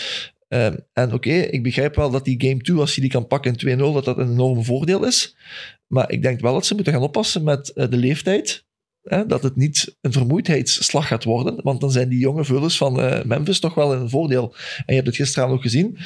En oké, ik begrijp wel dat die game 2, als je die kan pakken in 2-0, dat een enorm voordeel is. Maar ik denk wel dat ze moeten gaan oppassen met de leeftijd. Dat het niet een vermoeidheidsslag gaat worden. Want dan zijn die jonge vullers van Memphis toch wel een voordeel. En je hebt het gisteravond ook gezien.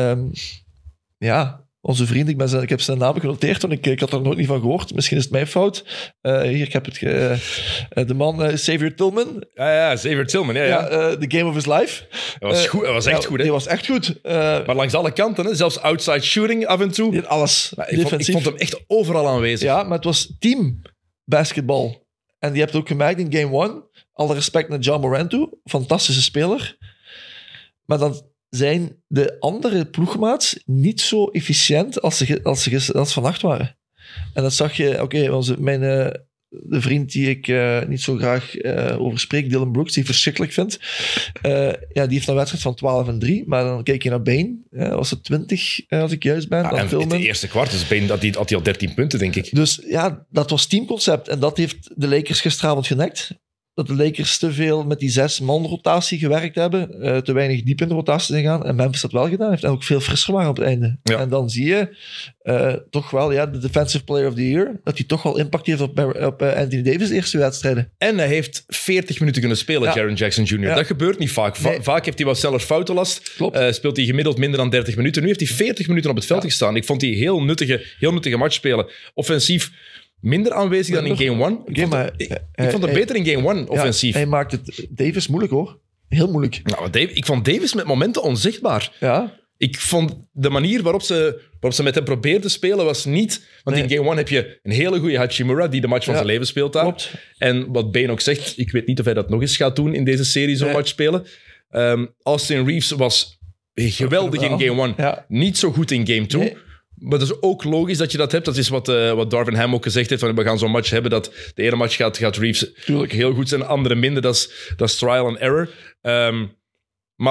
Onze vriend, ik heb zijn naam genoteerd, want ik had er nooit niet van gehoord. Misschien is het mijn fout. Hier, ik heb het... de man, Xavier Tillman. Ja, Xavier Tillman, The game of his life. Hij was goed. Hij was echt goed, hè? Hij was echt goed. Maar langs alle kanten, hè? Zelfs outside shooting af en toe. Alles. Ik vond hem echt overal aanwezig. Ja, maar het was team basketbal. En je hebt het ook gemerkt in game 1. Alle respect naar Ja Morant toe. Fantastische speler. Maar dan zijn de andere ploegmaats niet zo efficiënt als vannacht waren. En dat zag je... de vriend die ik niet zo graag over spreek, Dylan Brooks, die ik verschrikkelijk vind, die heeft een wedstrijd van 12-3, maar dan kijk je naar Bane, was het 20, als ik juist ben. En in het eerste kwart, dus Bane had hij al 13 punten, denk ik. Dus ja, dat was teamconcept en dat heeft de Lakers gisteravond genekt. Dat de Lakers te veel met die 6-man-rotatie gewerkt hebben, te weinig diep in de rotatie zijn gaan. En Memphis dat wel gedaan heeft en ook veel frisser waren op het einde. Ja. En dan zie je toch wel, de Defensive Player of the Year, dat hij toch wel impact heeft op Anthony Davis' eerste wedstrijden. En hij heeft 40 minuten kunnen spelen, Jaren Jackson Jr. Ja. Dat gebeurt niet vaak. Nee. Vaak heeft hij wat sneller foutenlast. Speelt hij gemiddeld minder dan 30 minuten. Nu heeft hij 40 minuten op het veld gestaan. Ik vond hij heel nuttige match spelen. Offensief minder aanwezig dan in game 1. Ik vond het beter in game 1, offensief. Hij maakt het Davis moeilijk, hoor. Heel moeilijk. Nou, ik vond Davis met momenten onzichtbaar. Ja. Ik vond de manier waarop ze met hem probeerden te spelen was niet... Want in game 1 heb je een hele goede Hachimura die de match van zijn leven speelt daar. Klopt. En wat Bane ook zegt, ik weet niet of hij dat nog eens gaat doen in deze serie, zo'n match spelen. Austin Reeves was geweldig in game 1. Ja. Niet zo goed in game 2. Nee. Maar dat is ook logisch dat je dat hebt. Dat is wat Darvin Ham ook gezegd heeft. Van, we gaan zo'n match hebben dat de ene match gaat Reeves heel goed zijn, de andere minder. Dat is trial and error. Maar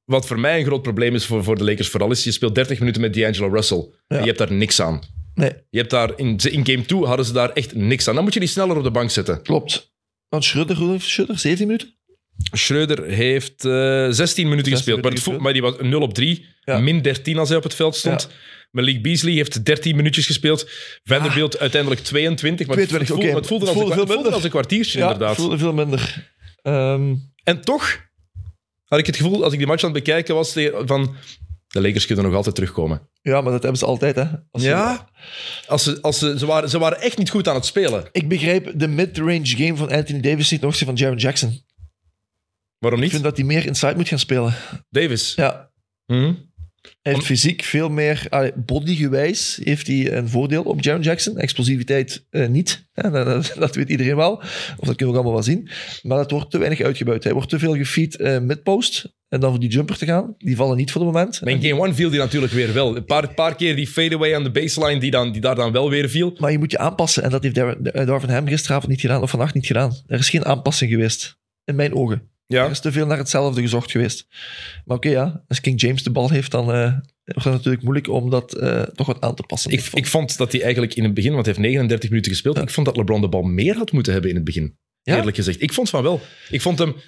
wat voor mij een groot probleem is voor de Lakers vooral is, je speelt 30 minuten met D'Angelo Russell. Ja. En je hebt daar niks aan. Nee, Je hebt daar in game 2 hadden ze daar echt niks aan. Dan moet je die sneller op de bank zetten. klopt. Want Schröder, 17 minuten? Schröder heeft 16 minuten gespeeld, maar die was 0 op 3. Ja. Min 13 als hij op het veld stond. Ja. Malik Beasley heeft 13 minuutjes gespeeld. Vanderbilt uiteindelijk 22. Maar 22, het voelde als een kwartiertje, inderdaad. Ja, veel minder. En toch had ik het gevoel, als ik die match aan het bekijken was, van de Lakers kunnen nog altijd terugkomen. Ja, maar dat hebben ze altijd, hè. Ze waren echt niet goed aan het spelen. Ik begrijp de mid-range game van Anthony Davis niet nog van Jaren Jackson. Waarom Ik niet? vind dat hij meer inside moet gaan spelen. Davis. Ja. Mhm. Hij heeft fysiek veel meer... bodygewijs heeft hij een voordeel op Jaren Jackson. Explosiviteit niet. Ja, dat weet iedereen wel. Of dat kunnen we ook allemaal wel zien. Maar dat wordt te weinig uitgebuit. Hij wordt te veel gefeed mid-post. En dan voor die jumper te gaan. Die vallen niet voor het moment. Maar in game 1 viel die natuurlijk weer wel. Een paar keer die fadeaway aan de baseline die daar dan wel weer viel. Maar je moet je aanpassen. En dat heeft Darvin Ham gisteravond niet gedaan. Of vannacht niet gedaan. Er is geen aanpassing geweest. In mijn ogen. Ja. Er is te veel naar hetzelfde gezocht geweest. Maar oké, ja. Als King James de bal heeft, dan wordt het natuurlijk moeilijk om dat toch wat aan te passen. Ik vond dat hij eigenlijk in het begin, want hij heeft 39 minuten gespeeld, ik vond dat LeBron de bal meer had moeten hebben in het begin. Ja? Eerlijk gezegd. Ik vond van wel. Ik vond hem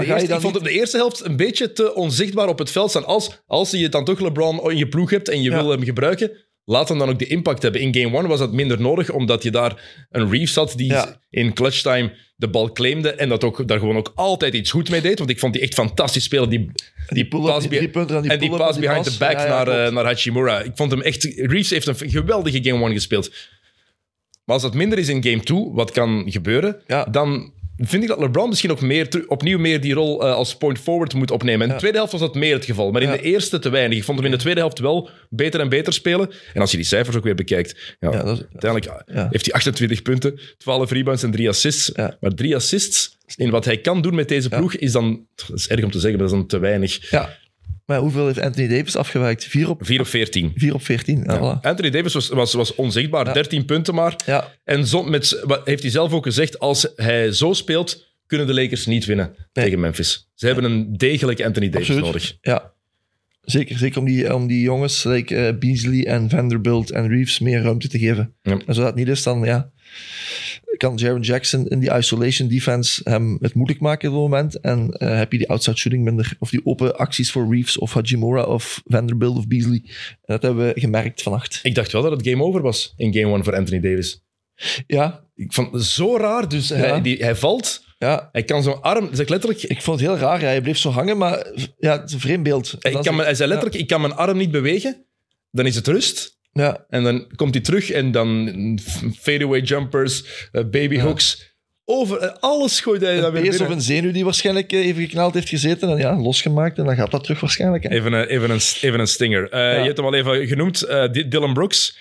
de eerste helft een beetje te onzichtbaar op het veld staan. Als je dan toch LeBron in je ploeg hebt en je wil hem gebruiken, laat hem dan ook de impact hebben. In game 1 was dat minder nodig, omdat je daar een Reeves had die in clutch time de bal claimde en daar gewoon ook altijd iets goed mee deed. Want ik vond die echt fantastisch spelen. Die pass behind the back naar Hachimura. Ik vond hem echt... Reeves heeft een geweldige game 1 gespeeld. Maar als dat minder is in game 2, wat kan gebeuren, dan vind ik dat LeBron misschien ook opnieuw meer die rol als point forward moet opnemen. In de tweede helft was dat meer het geval, maar in de eerste te weinig. Ik vond hem in de tweede helft wel beter en beter spelen. En als je die cijfers ook weer bekijkt, uiteindelijk heeft hij 28 punten, 12 rebounds en 3 assists. Ja. Maar 3 assists in wat hij kan doen met deze ploeg is dan, dat is erg om te zeggen, maar dat is dan te weinig. Ja. Maar hoeveel heeft Anthony Davis afgewerkt? 4 op 14. 4 op 14. Ja. Voilà. Anthony Davis was onzichtbaar, 13 punten maar. Ja. En heeft hij zelf ook gezegd, als hij zo speelt, kunnen de Lakers niet winnen tegen Memphis. Ze hebben een degelijke Anthony Davis nodig. Ja, zeker om die jongens, like Beasley en Vanderbilt en Reeves, meer ruimte te geven. Ja. En zodat het niet is, dan kan Jaren Jackson in die isolation defense hem het moeilijk maken op het moment. En heb je die outside shooting minder. Of die open acties voor Reeves of Hachimura of Vanderbilt of Beasley. En dat hebben we gemerkt vannacht. Ik dacht wel dat het game over was in game 1 voor Anthony Davis. Ja. Ik vond het zo raar. Dus hij valt. Ja. Hij kan zo'n arm... Zeg letterlijk, ik vond het heel raar. Hij bleef zo hangen, maar het is een vreemd beeld. Hij zei letterlijk, ik kan mijn arm niet bewegen. Dan is het rust. Ja. En dan komt hij terug en dan fadeaway jumpers, babyhooks. Alles gooit hij dan weer binnen. Of een zenuw die waarschijnlijk even geknald heeft gezeten en losgemaakt. En dan gaat dat terug waarschijnlijk. Hè? Even een stinger. Je hebt hem al even genoemd. Dillon Brooks.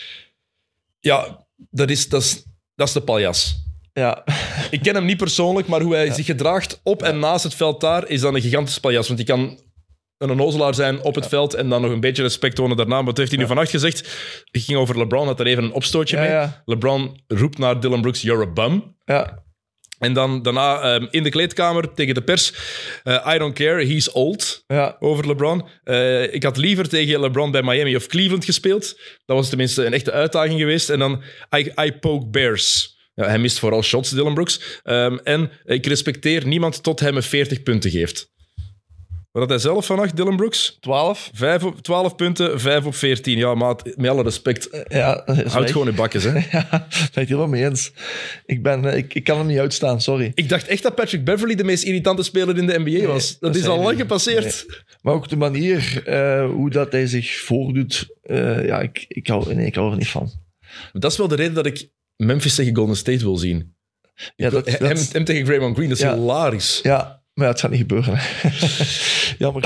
Ja, dat is de paljas. Ja. Ik ken hem niet persoonlijk, maar hoe hij zich gedraagt op en naast het veld daar, is dan een gigantische paljas. Want die kan een onnozelaar zijn op het veld en dan nog een beetje respect tonen daarna. Wat heeft hij nu vannacht gezegd? Het ging over LeBron, had er even een opstootje mee. Ja. LeBron roept naar Dillon Brooks, you're a bum. Ja. En dan daarna in de kleedkamer tegen de pers, I don't care, he's old, over LeBron. Ik had liever tegen LeBron bij Miami of Cleveland gespeeld. Dat was tenminste een echte uitdaging geweest. En dan, I poke bears. Ja, hij mist vooral shots, Dillon Brooks. En ik respecteer niemand tot hij me 40 punten geeft. Wat had hij zelf vannacht, Dillon Brooks? 12 punten, 5 op 14. Ja, maat, met alle respect. Houd gewoon je bakjes, hè. Ja, daar ben ik het helemaal mee eens. Ik kan hem niet uitstaan, sorry. Ik dacht echt dat Patrick Beverley de meest irritante speler in de NBA was. Dat is al lang gepasseerd. Nee. Maar ook de manier hoe dat hij zich voordoet, ik hou er niet van. Dat is wel de reden dat ik Memphis tegen Golden State wil zien. Hem tegen Draymond Green, dat is hilarisch. Ja. Maar het gaat niet gebeuren. Jammer.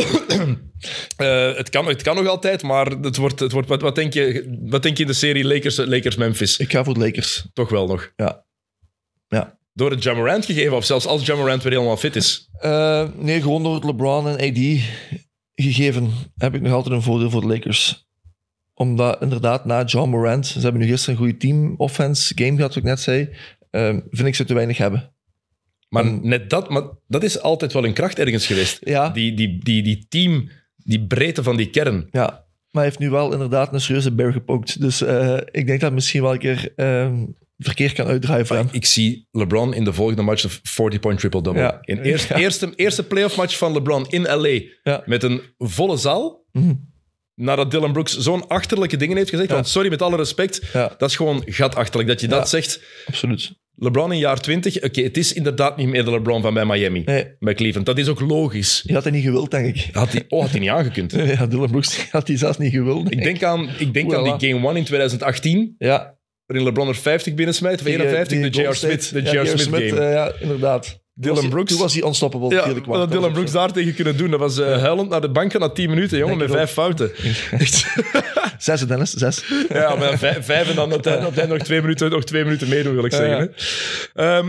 Het kan nog altijd, maar het wordt wat denk je in de serie Lakers-Memphis? Ik ga voor de Lakers. Toch wel nog? Ja. Door het Ja Morant gegeven, of zelfs als Ja Morant weer helemaal fit is? Nee, gewoon door het LeBron en AD gegeven heb ik nog altijd een voordeel voor de Lakers. Omdat inderdaad na Ja Morant, ze hebben nu gisteren een goede team-offense game gehad, wat ik net zei, vind ik ze te weinig hebben. Maar net dat, maar dat is altijd wel een kracht ergens geweest. Ja. Die team, die breedte van die kern. Ja, maar hij heeft nu wel inderdaad een serieuze bear gepookt. Dus ik denk dat misschien wel een keer verkeerd kan uitdraaien voor hem. Ik zie LeBron in de volgende match een 40-point triple-double. Ja. In eerste playoff match van LeBron in LA. Ja. Met een volle zaal. Nadat Dylan Brooks zo'n achterlijke dingen heeft gezegd. Ja. Want sorry, met alle respect. Ja. Dat is gewoon gatachterlijk dat je dat zegt. Absoluut. LeBron in jaar 20. Oké, het is inderdaad niet meer de LeBron van bij Miami. Nee. Bij Cleveland. Dat is ook logisch. Die had hij niet gewild, denk ik. Had hij niet aangekund. Ja, Dylan Brooks had hij zelfs niet gewild. Ik denk aan die Game 1 in 2018. Ja. Waarin LeBron er 50 binnensmijt. Of 51, de J.R. Smith. De J.R. Smith game. Ja, inderdaad. Dylan Brooks. Toen was hij unstoppable. Ja, wat had Dylan Brooks daar tegen kunnen doen. Dat was huilend naar de bank na 10 minuten, jongen, met 5 fouten. Echt. 6, Dennis, 6. Ja, maar 5 en dan op het einde nog 2 minuten meedoen, wil ik zeggen. Hè.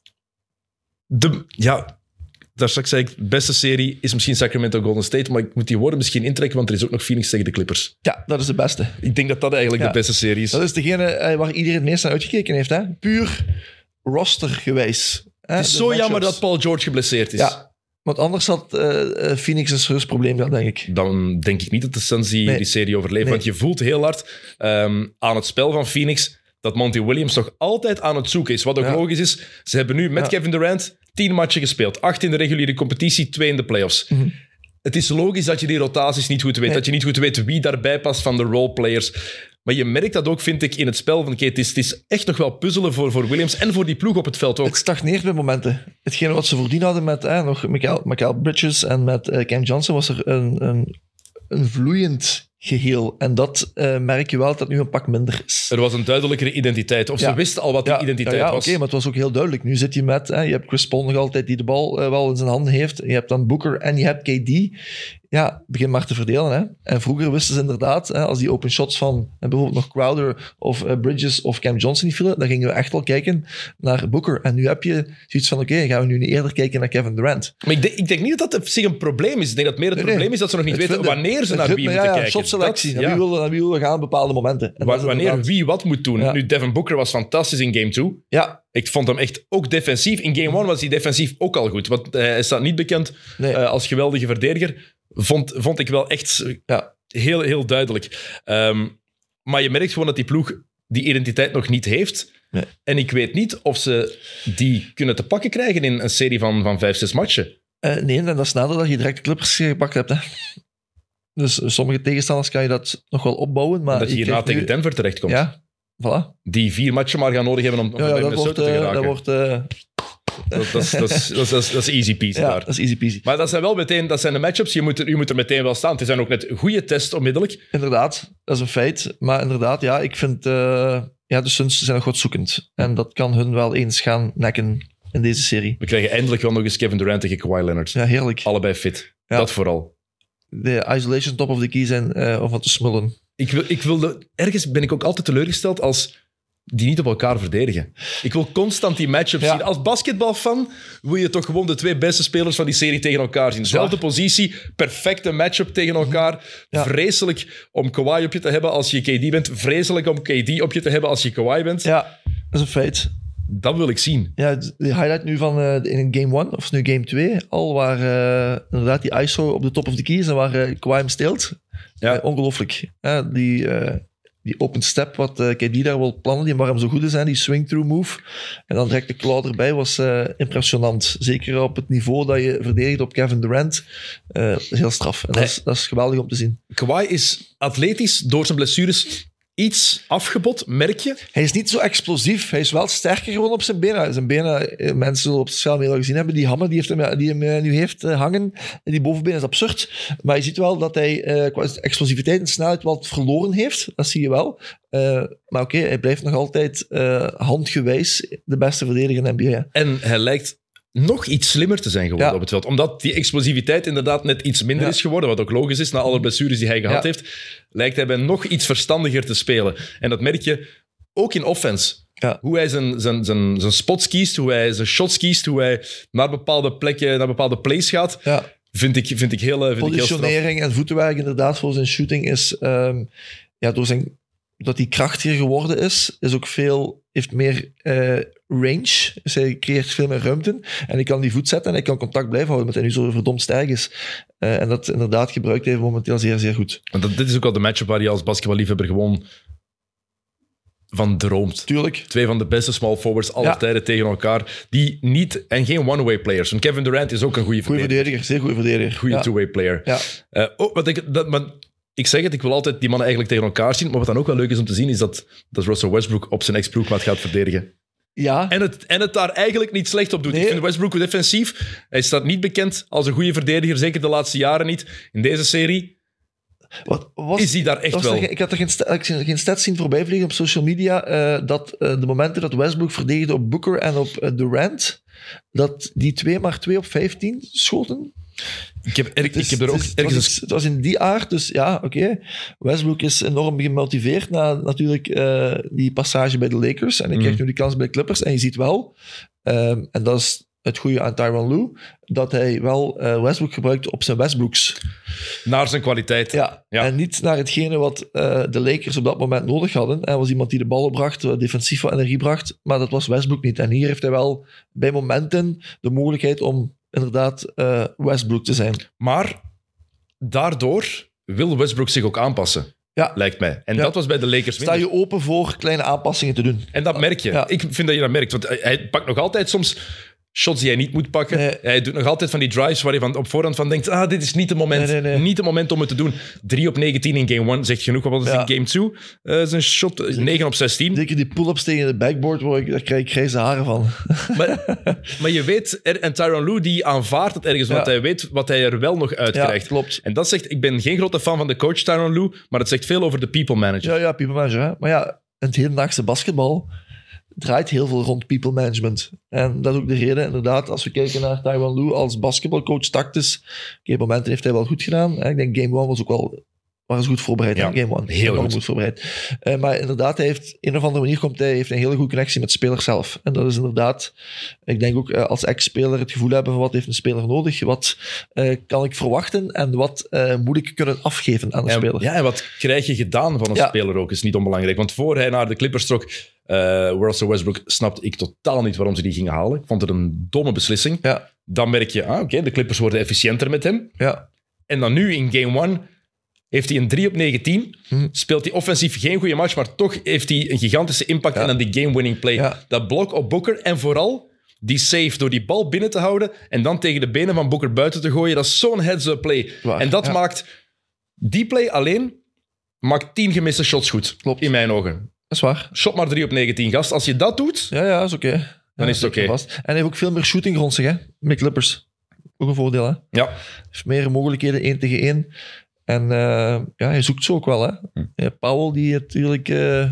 Daar straks zei ik, de beste serie is misschien Sacramento Golden State, maar ik moet die woorden misschien intrekken, want er is ook nog Phoenix tegen de Clippers. Ja, dat is de beste. Ik denk dat dat eigenlijk de beste serie is. Dat is degene waar iedereen het meest naar uitgekeken heeft. Hè? Puur rostergewijs. Het is zo jammer dat Paul George geblesseerd is. Ja, want anders had Phoenix een serieus probleem gehad, denk ik. Dan denk ik niet dat de Suns die serie overleven. Nee. Want je voelt heel hard aan het spel van Phoenix dat Monty Williams toch altijd aan het zoeken is. Wat ook logisch is. Ze hebben nu met Kevin Durant 10 matchen gespeeld. 8 in de reguliere competitie, 2 in de playoffs. Het is logisch dat je die rotaties niet goed weet. Nee. Dat je niet goed weet wie daarbij past van de roleplayers. Maar je merkt dat ook, vind ik, in het spel. Van, het is echt nog wel puzzelen voor Williams en voor die ploeg op het veld ook. Het stagneert bij momenten. Hetgene wat ze voordien hadden met nog Mikal Bridges en met Cam Johnson was er een vloeiend geheel. En dat merk je wel dat nu een pak minder is. Er was een duidelijkere identiteit. Of ze wisten al wat die identiteit was. Oké, maar het was ook heel duidelijk. Nu zit je met... je hebt Chris Paul nog altijd die de bal wel in zijn handen heeft. Je hebt dan Booker en je hebt KD. Ja, begin maar te verdelen. Hè. En vroeger wisten ze inderdaad, als die open shots van bijvoorbeeld nog Crowder of Bridges of Cam Johnson niet vielen, dan gingen we echt wel kijken naar Booker. En nu heb je zoiets van, gaan we nu niet eerder kijken naar Kevin Durant. Maar ik denk niet dat dat op zich een probleem is. Ik denk dat meer het probleem is dat ze nog niet weten wanneer ze naar wie moeten kijken. Shotselectie. Naar wie willen gaan op bepaalde momenten. En wanneer wie wat moet doen. Ja. Nu, Devin Booker was fantastisch in Game 2. Ja. Ik vond hem echt ook defensief. In Game 1 was hij defensief ook al goed. Want hij staat niet bekend als geweldige verdediger. Vond ik wel echt heel, heel duidelijk. Maar je merkt gewoon dat die ploeg die identiteit nog niet heeft. Nee. En ik weet niet of ze die kunnen te pakken krijgen in een serie van 5-6 matchen. Nee, en dat is nader dat je direct de Clippers gepakt hebt. Hè. Dus sommige tegenstanders kan je dat nog wel opbouwen. Maar dat je hierna tegen Denver terechtkomt. Ja, voilà. Die 4 matchen maar gaan nodig hebben om bij Minnesota te geraken. Dat is easy peasy daar. Dat is easy peasy. Maar dat zijn de matchups. Je moet er meteen wel staan. Het zijn ook net goede tests onmiddellijk. Inderdaad, dat is een feit. Maar inderdaad, ik vind... de Suns zijn nog wat zoekend. En dat kan hun wel eens gaan nekken in deze serie. We krijgen eindelijk wel nog eens Kevin Durant tegen Kawhi Leonard. Ja, heerlijk. Allebei fit. Ja. Dat vooral. De isolation top of the key zijn om van te smullen. Ergens ben ik ook altijd teleurgesteld als die niet op elkaar verdedigen. Ik wil constant die matchups zien. Als basketbalfan wil je toch gewoon de 2 beste spelers van die serie tegen elkaar zien. Zelfde positie, perfecte matchup tegen elkaar. Ja. Vreselijk om Kawhi op je te hebben als je KD bent. Vreselijk om KD op je te hebben als je Kawhi bent. Ja, dat is een feit. Dat wil ik zien. Ja, de highlight nu van in Game 1, of nu Game 2, al waar inderdaad die ISO op de top of the key is en waar Kawhi hem steelt. Ja. Ongelooflijk. Die open step, wat KD daar wil plannen, die waar hem zo goed is, die swing-through move. En dan direct de claw erbij, was impressionant. Zeker op het niveau dat je verdedigt op Kevin Durant. Dat is heel straf. En dat is geweldig om te zien. Kawhi is atletisch door zijn blessures iets afgebot, merk je. Hij is niet zo explosief. Hij is wel sterker geworden op zijn benen. Zijn benen, mensen zullen op sociale media gezien hebben, die hammer die hem nu heeft hangen, en die bovenbeen is absurd. Maar je ziet wel dat hij qua explosiviteit en snelheid wat verloren heeft. Dat zie je wel. Maar oké, hij blijft nog altijd handgewijs de beste verdediger in de NBA. En hij lijkt nog iets slimmer te zijn geworden op het veld. Omdat die explosiviteit inderdaad net iets minder is geworden, wat ook logisch is, na alle blessures die hij gehad heeft, lijkt hij bij nog iets verstandiger te spelen. En dat merk je ook in offense. Ja. Hoe hij zijn spots kiest, hoe hij zijn shots kiest, hoe hij naar bepaalde plekken, naar bepaalde plays gaat, vind ik heel straf. Positionering en voetenwerk inderdaad voor zijn shooting is door zijn dat hij krachtiger geworden is ook heeft meer range. Dus hij creëert veel meer ruimte. En hij kan die voet zetten en hij kan contact blijven houden, omdat hij nu zo verdomd sterk is. En dat inderdaad gebruikt hij momenteel zeer, zeer goed. Want dit is ook al de matchup waar je als basketballiefhebber gewoon van droomt. Tuurlijk. 2 van de beste small forwards aller tijden tegen elkaar. Die niet... En geen one-way players. Want Kevin Durant is ook een goede verdediger. Zeer goede verdediger. Goede two-way player. Ja. Ik zeg het, ik wil altijd die mannen eigenlijk tegen elkaar zien. Maar wat dan ook wel leuk is om te zien, is dat Russell Westbrook op zijn ex-ploegmaat gaat verdedigen. Ja. En het daar eigenlijk niet slecht op doet. Nee. Ik vind Westbrook defensief. Hij staat niet bekend als een goede verdediger, zeker de laatste jaren niet. In deze serie is hij daar echt wel. Ik had er geen stats zien voorbijvliegen op social media dat de momenten dat Westbrook verdedigde op Booker en op Durant, dat die 2 maar 2 op 15 schoten. Ik heb er ook ergens... Het was in die aard, dus ja, oké. Westbrook is enorm gemotiveerd na natuurlijk die passage bij de Lakers. En hij krijgt nu die kans bij de Clippers. En je ziet wel, en dat is het goede aan Tyronn Lue, dat hij wel Westbrook gebruikt op zijn Westbrooks. Naar zijn kwaliteit. Ja. En niet naar hetgene wat de Lakers op dat moment nodig hadden. Hij was iemand die de ballen bracht, defensief wat energie bracht, maar dat was Westbrook niet. En hier heeft hij wel bij momenten de mogelijkheid om inderdaad Westbrook te zijn. Maar daardoor wil Westbrook zich ook aanpassen. Ja. Lijkt mij. En dat was bij de Lakers minder. Sta je open voor kleine aanpassingen te doen. En dat merk je. Ja. Ik vind dat je dat merkt. Want hij pakt nog altijd soms shots die hij niet moet pakken. Nee. Hij doet nog altijd van die drives waar je op voorhand van denkt, dit is niet het moment. Nee. Niet het moment om het te doen. 3 op 19 in game 1 zegt genoeg. Wat is in game 2? Zijn shot 9 op 16. Zeker die pull-ups tegen de backboard, daar krijg ik grijze haren van. Maar je weet, en Tyronn Lue die aanvaardt het ergens, want hij weet wat hij er wel nog uit krijgt. Klopt. En dat zegt, ik ben geen grote fan van de coach Tyronn Lue, maar het zegt veel over de people manager. Ja, people manager. Hè? Maar ja, het hedendaagse basketbal draait heel veel rond people management. En dat is ook de reden, inderdaad, als we kijken naar Tyronn Lue als basketbalcoach tactisch. Op momenten heeft hij wel goed gedaan. Ik denk game 1 was ook wel goed voorbereid. Ja, game 1. Heel goed voorbereid. Maar inderdaad, hij heeft een of andere manier heeft een hele goede connectie met de speler zelf. En dat is inderdaad, ik denk ook als ex-speler het gevoel hebben van wat heeft een speler nodig, wat kan ik verwachten en wat moet ik kunnen afgeven aan de speler. Ja, en wat krijg je gedaan van een speler ook, is niet onbelangrijk. Want voor hij naar de Clippers trok, Russell Westbrook, snapte ik totaal niet waarom ze die gingen halen. Ik vond het een domme beslissing. Ja. Dan merk je, de Clippers worden efficiënter met hem. Ja. En dan nu in game 1 heeft hij een 3 op 19, speelt hij offensief geen goede match, maar toch heeft hij een gigantische impact en dan die game-winning play. Ja. Dat blok op Booker en vooral die save door die bal binnen te houden en dan tegen de benen van Booker buiten te gooien, dat is zo'n heads-up play. Waar, en dat maakt... Die play alleen maakt 10 gemiste shots goed. Klopt. In mijn ogen. Dat is waar. Shot maar 3 op 19, gast. Als je dat doet... Ja, is oké. Dan is het oké. En hij heeft ook veel meer shooting rond zich, hè? Met Clippers. Ook een voordeel, hè? Ja. Hij heeft meer mogelijkheden 1 tegen 1. En hij zoekt ze ook wel. Hè. Powell, die natuurlijk...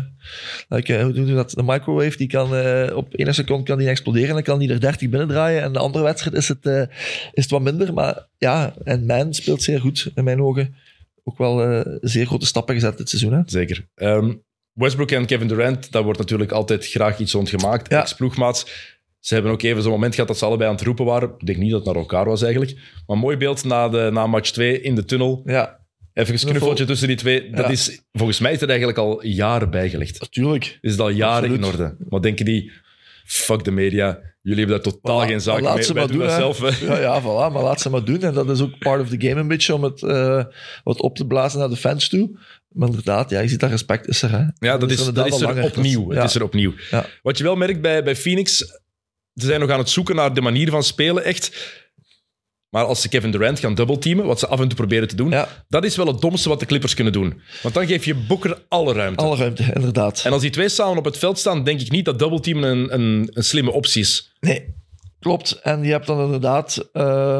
hoe doen we dat? De microwave, die kan op 1 seconde kan die exploderen. Dan kan die er 30 binnendraaien. En de andere wedstrijd is het wat minder. Maar ja, en Man speelt zeer goed, in mijn ogen. Ook wel zeer grote stappen gezet dit seizoen. Hè. Zeker. Westbrook en Kevin Durant, daar wordt natuurlijk altijd graag iets rond gemaakt. Ja. Ex-ploegmaats. Ze hebben ook even zo'n moment gehad dat ze allebei aan het roepen waren. Ik denk niet dat het naar elkaar was eigenlijk. Maar een mooi beeld na match 2 in de tunnel. Ja. Even een knuffeltje tussen die twee. Dat is, volgens mij is er eigenlijk al jaren bijgelegd. Natuurlijk. Is het al jaren in orde. Wat denken die? Fuck de media. Jullie hebben daar totaal geen zaak mee. Wij doen dat zelf. Ja, voilà. Maar laat ze maar doen. En dat is ook part of the game een beetje om het wat op te blazen naar de fans toe. Maar inderdaad, je ziet dat respect is er. Hè. Ja, dat is er opnieuw. Het is er opnieuw. Ja. Wat je wel merkt bij Phoenix, ze zijn nog aan het zoeken naar de manier van spelen, echt. Maar als ze Kevin Durant gaan dubbelteamen, wat ze af en toe proberen te doen, dat is wel het domste wat de Clippers kunnen doen. Want dan geef je Booker alle ruimte. Alle ruimte, inderdaad. En als die twee samen op het veld staan, denk ik niet dat dubbelteamen een slimme optie is. Nee, klopt. En je hebt dan inderdaad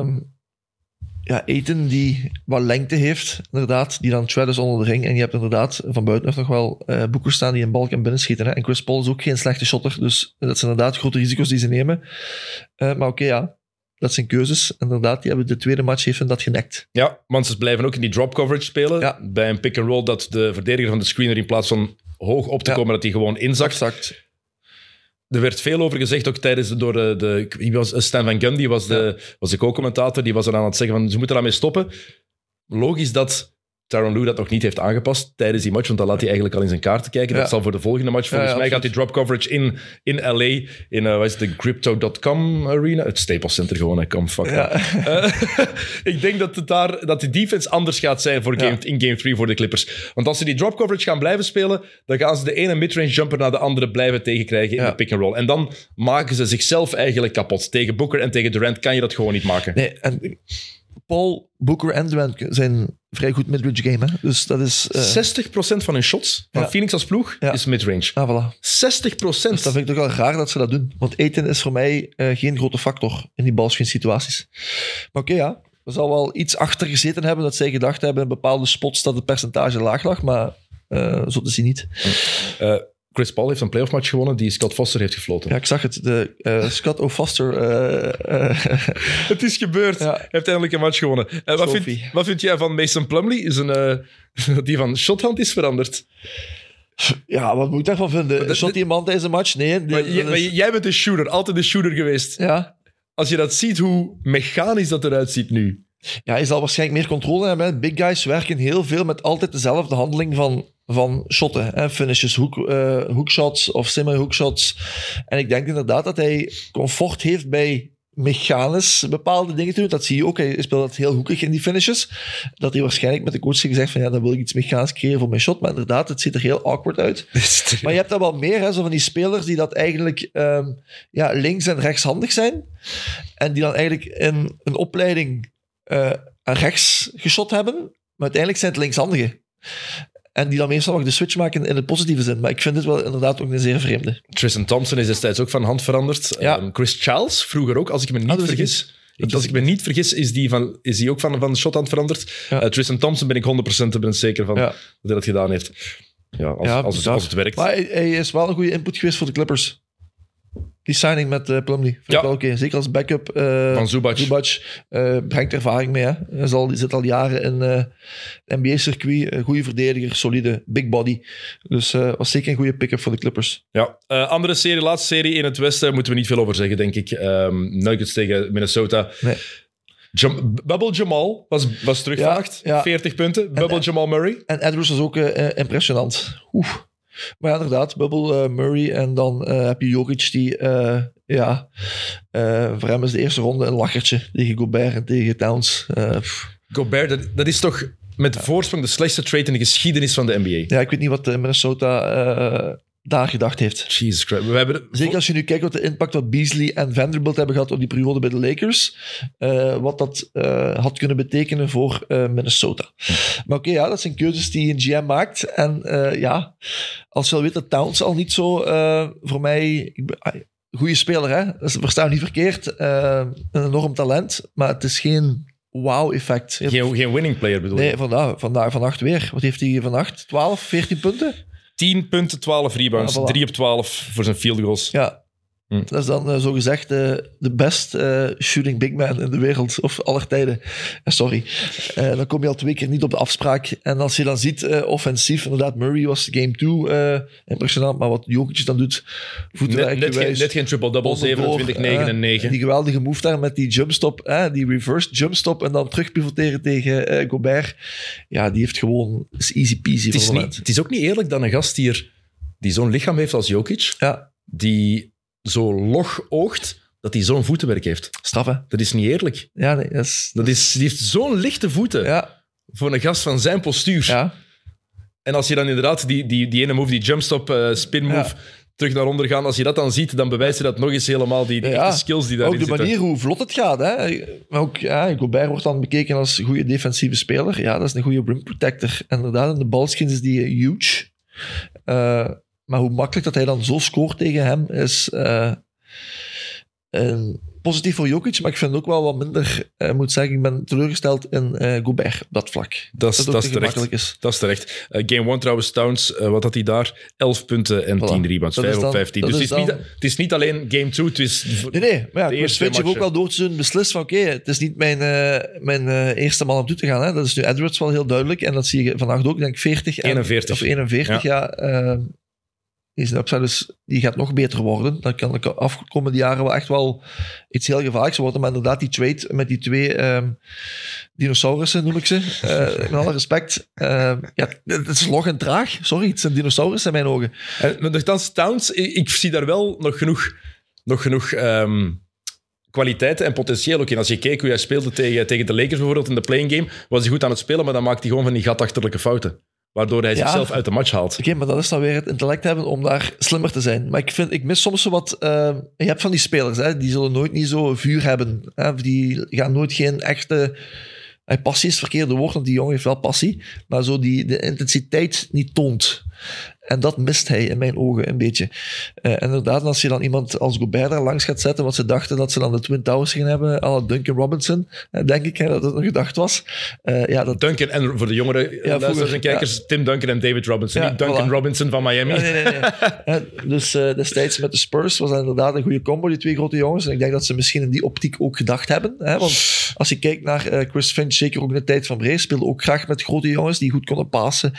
Ayton die wat lengte heeft, inderdaad, die dan shredders onder de ring. En je hebt inderdaad van buiten nog wel Booker staan die een bal kan binnenschieten. Hè. En Chris Paul is ook geen slechte shotter, dus dat zijn inderdaad grote risico's die ze nemen. Maar oké, dat zijn keuzes. Inderdaad, die hebben de tweede match heeft dat genekt. Ja, want ze blijven ook in die drop coverage spelen. Ja. Bij een pick-and-roll dat de verdediger van de screener in plaats van hoog op te komen, dat hij gewoon inzakt. Exact. Er werd veel over gezegd, ook tijdens Stan Van Gundy was de co-commentator, die was er aan het zeggen van ze moeten daarmee stoppen. Logisch dat Tyronn Lue dat nog niet heeft aangepast tijdens die match, want dan laat hij eigenlijk al in zijn kaarten kijken. Dat zal voor de volgende match. Volgens mij gaat hij drop coverage in LA, in de Crypto.com arena. Het Staples Center gewoon, come fuck ik denk dat de defense anders gaat zijn in game 3 voor de Clippers. Want als ze die drop coverage gaan blijven spelen, dan gaan ze de ene midrange jumper naar de andere blijven tegenkrijgen in de pick and roll. En dan maken ze zichzelf eigenlijk kapot. Tegen Booker en tegen Durant kan je dat gewoon niet maken. Nee, en Paul, Booker en Durant zijn vrij goed midrange game. Hè? Dus dat is... 60% van hun shots van Phoenix als ploeg is midrange. Ah, voilà. 60%. Dus dat vind ik toch wel raar dat ze dat doen. Want Ayton is voor mij geen grote factor in die balscreen-situaties. Maar oké, ja. Er zal wel iets achter gezeten hebben dat zij gedacht hebben in bepaalde spots dat het percentage laag lag, maar zo te zien niet. Chris Paul heeft een playoff match gewonnen die Scott Foster heeft gefloten. Ja, ik zag het. Scott O'Foster. Het is gebeurd. Hij heeft eindelijk een match gewonnen. Wat vind jij van Mason Plumlee? Die van shothand is veranderd. Ja, wat moet ik daarvan vinden? Shot die man tijdens een match? Nee. Maar jij bent een shooter. Altijd een shooter geweest. Ja. Als je dat ziet, hoe mechanisch dat eruit ziet nu. Ja, hij zal waarschijnlijk meer controle hebben. Big guys werken heel veel met altijd dezelfde handeling van shotten. Hè? Finishes, hoekshots of semi-hoekshots. En ik denk inderdaad dat hij comfort heeft bij mechanisch bepaalde dingen te doen. Dat zie je ook. Hij speelt dat heel hoekig in die finishes. Dat hij waarschijnlijk met de coach heeft gezegd van dan wil ik iets mechanisch creëren voor mijn shot. Maar inderdaad, het ziet er heel awkward uit. Maar je hebt daar wel meer, hè, zo van die spelers die dat eigenlijk links- en rechtshandig zijn. En die dan eigenlijk in een opleiding aan rechts geschot hebben. Maar uiteindelijk zijn het linkshandigen. En die dan meestal nog de switch maken in het positieve zin. Maar ik vind het wel inderdaad ook een zeer vreemde. Tristan Thompson is destijds ook van hand veranderd. Ja. Chris Charles, vroeger ook, als ik me niet vergis. Als ik me niet vergis, is die ook van de shothand veranderd. Ja. Tristan Thompson ben ik 100% zeker van dat hij dat gedaan heeft. Ja, als het werkt. Maar hij is wel een goede input geweest voor de Clippers. Die signing met Plumlee. Vind ik wel oké. Zeker als backup. Van Zubac. Brengt ervaring mee. Hè. Hij zit al jaren in het NBA-circuit. Goede verdediger, solide, big body. Dus was zeker een goede pick-up voor de Clippers. Ja. Andere serie, laatste serie in het Westen. Moeten we niet veel over zeggen, denk ik. Nuggets tegen Minnesota. Nee. Bubble Jamal was terug vannacht. 40 punten. Bubble Jamal Murray. En Edwards was ook impressionant. Maar ja, inderdaad, Bubble, Murray en dan heb je Jokic die, voor hem is de eerste ronde een lachertje tegen Gobert en tegen Towns. Gobert, dat is toch met voorsprong de slechtste trade in de geschiedenis van de NBA. Ja, ik weet niet wat Minnesota daar gedacht heeft. Jesus Christ. Zeker als je nu kijkt wat de impact wat Beasley en Vanderbilt hebben gehad op die periode bij de Lakers. Wat dat had kunnen betekenen voor Minnesota. Maar oké, dat zijn keuzes die een GM maakt. En als je al weet dat Towns al niet zo voor mij... Goede speler, hè? Dat verstaan we niet verkeerd. Een enorm talent, maar het is geen wow-effect. Geen winning player bedoel je? Nee, vannacht weer. Wat heeft hij vannacht? 12, 14 punten? 10 punten, 12 rebounds. 3 op 12 voor zijn field goals. Ja. Dat is dan zogezegd de best shooting big man in de wereld. Of aller tijden. Sorry. Dan kom je al 2 keer niet op de afspraak. En als je dan ziet, offensief, inderdaad, Murray was game 2 impressionant. Maar wat Jokic dan doet, net geen triple-double, 27, 9 en 9. Die geweldige move daar met die jumpstop, die reverse jumpstop en dan terug pivoteren tegen Gobert. Ja, die heeft gewoon, is easy peasy. Het is ook niet eerlijk dat een gast die zo'n lichaam heeft als Jokic, die zo log oogt, dat hij zo'n voetenwerk heeft. Straf, hè? Dat is niet eerlijk. Ja, nee. Die heeft zo'n lichte voeten voor een gast van zijn postuur. Ja. En als je dan inderdaad die ene move, die jumpstop, spin move, terug naar onder gaan, als je dat dan ziet, dan bewijst je dat nog eens helemaal, die echte skills die daarin zitten. Ook de manier hoe vlot het gaat. Hè? Maar ook, Gobert wordt dan bekeken als een goede defensieve speler. Ja, dat is een goede rim protector. En inderdaad, in de balskins is die huge. Maar hoe makkelijk dat hij dan zo scoort tegen hem is positief voor Jokic, maar ik vind het ook wel wat minder, moet zeggen, ik ben teleurgesteld in Gobert op dat vlak. Dat is terecht. Dat is terecht. Game 1 trouwens, Towns, wat had hij daar? 11 punten en 10 rebounds, 5 op 15. Dus het is niet alleen Game 2, het is Nee, maar ja, Switch heeft ook wel door te doen beslist van oké, het is niet mijn eerste man op toe te gaan. Hè. Dat is nu Edwards wel heel duidelijk en dat zie je vannacht ook, denk ik 41. is een upside, dus die gaat nog beter worden. Dan kan de afkomende jaren wel echt wel iets heel gevaarlijks worden. Maar inderdaad, die trade met die 2 dinosaurussen, noem ik ze. Met alle respect. Het is log en traag. Sorry, het zijn dinosaurussen in mijn ogen. Maar nogthans, Towns, ik zie daar wel nog genoeg kwaliteiten en potentieel ook in. Als je keek hoe hij speelde tegen de Lakers bijvoorbeeld in de playing game, was hij goed aan het spelen, maar dan maakt hij gewoon van die gatachterlijke fouten. Waardoor hij zichzelf uit de match haalt. Oké, maar dat is dan weer het intellect hebben om daar slimmer te zijn. Maar ik mis soms zo wat... je hebt van die spelers, hè, die zullen nooit niet zo vuur hebben. Hè, die gaan nooit geen echte... passie is het verkeerde woord, want die jongen heeft wel passie. Maar zo de intensiteit niet toont. En dat mist hij in mijn ogen een beetje. Inderdaad, als je dan iemand als Gobert daar langs gaat zetten, wat ze dachten dat ze dan de Twin Towers gingen hebben, à la Duncan Robinson, denk ik dat het nog gedacht was. Duncan en voor de jongere luisteraars en kijkers, Tim Duncan en David Robinson. Niet Duncan Robinson van Miami. Nee. Dus destijds met de Spurs was dat inderdaad een goede combo, die 2 grote jongens. En ik denk dat ze misschien in die optiek ook gedacht hebben. Hè? Want als je kijkt naar Chris Finch, zeker ook in de tijd van Bree, speelde ook graag met grote jongens die goed konden passen.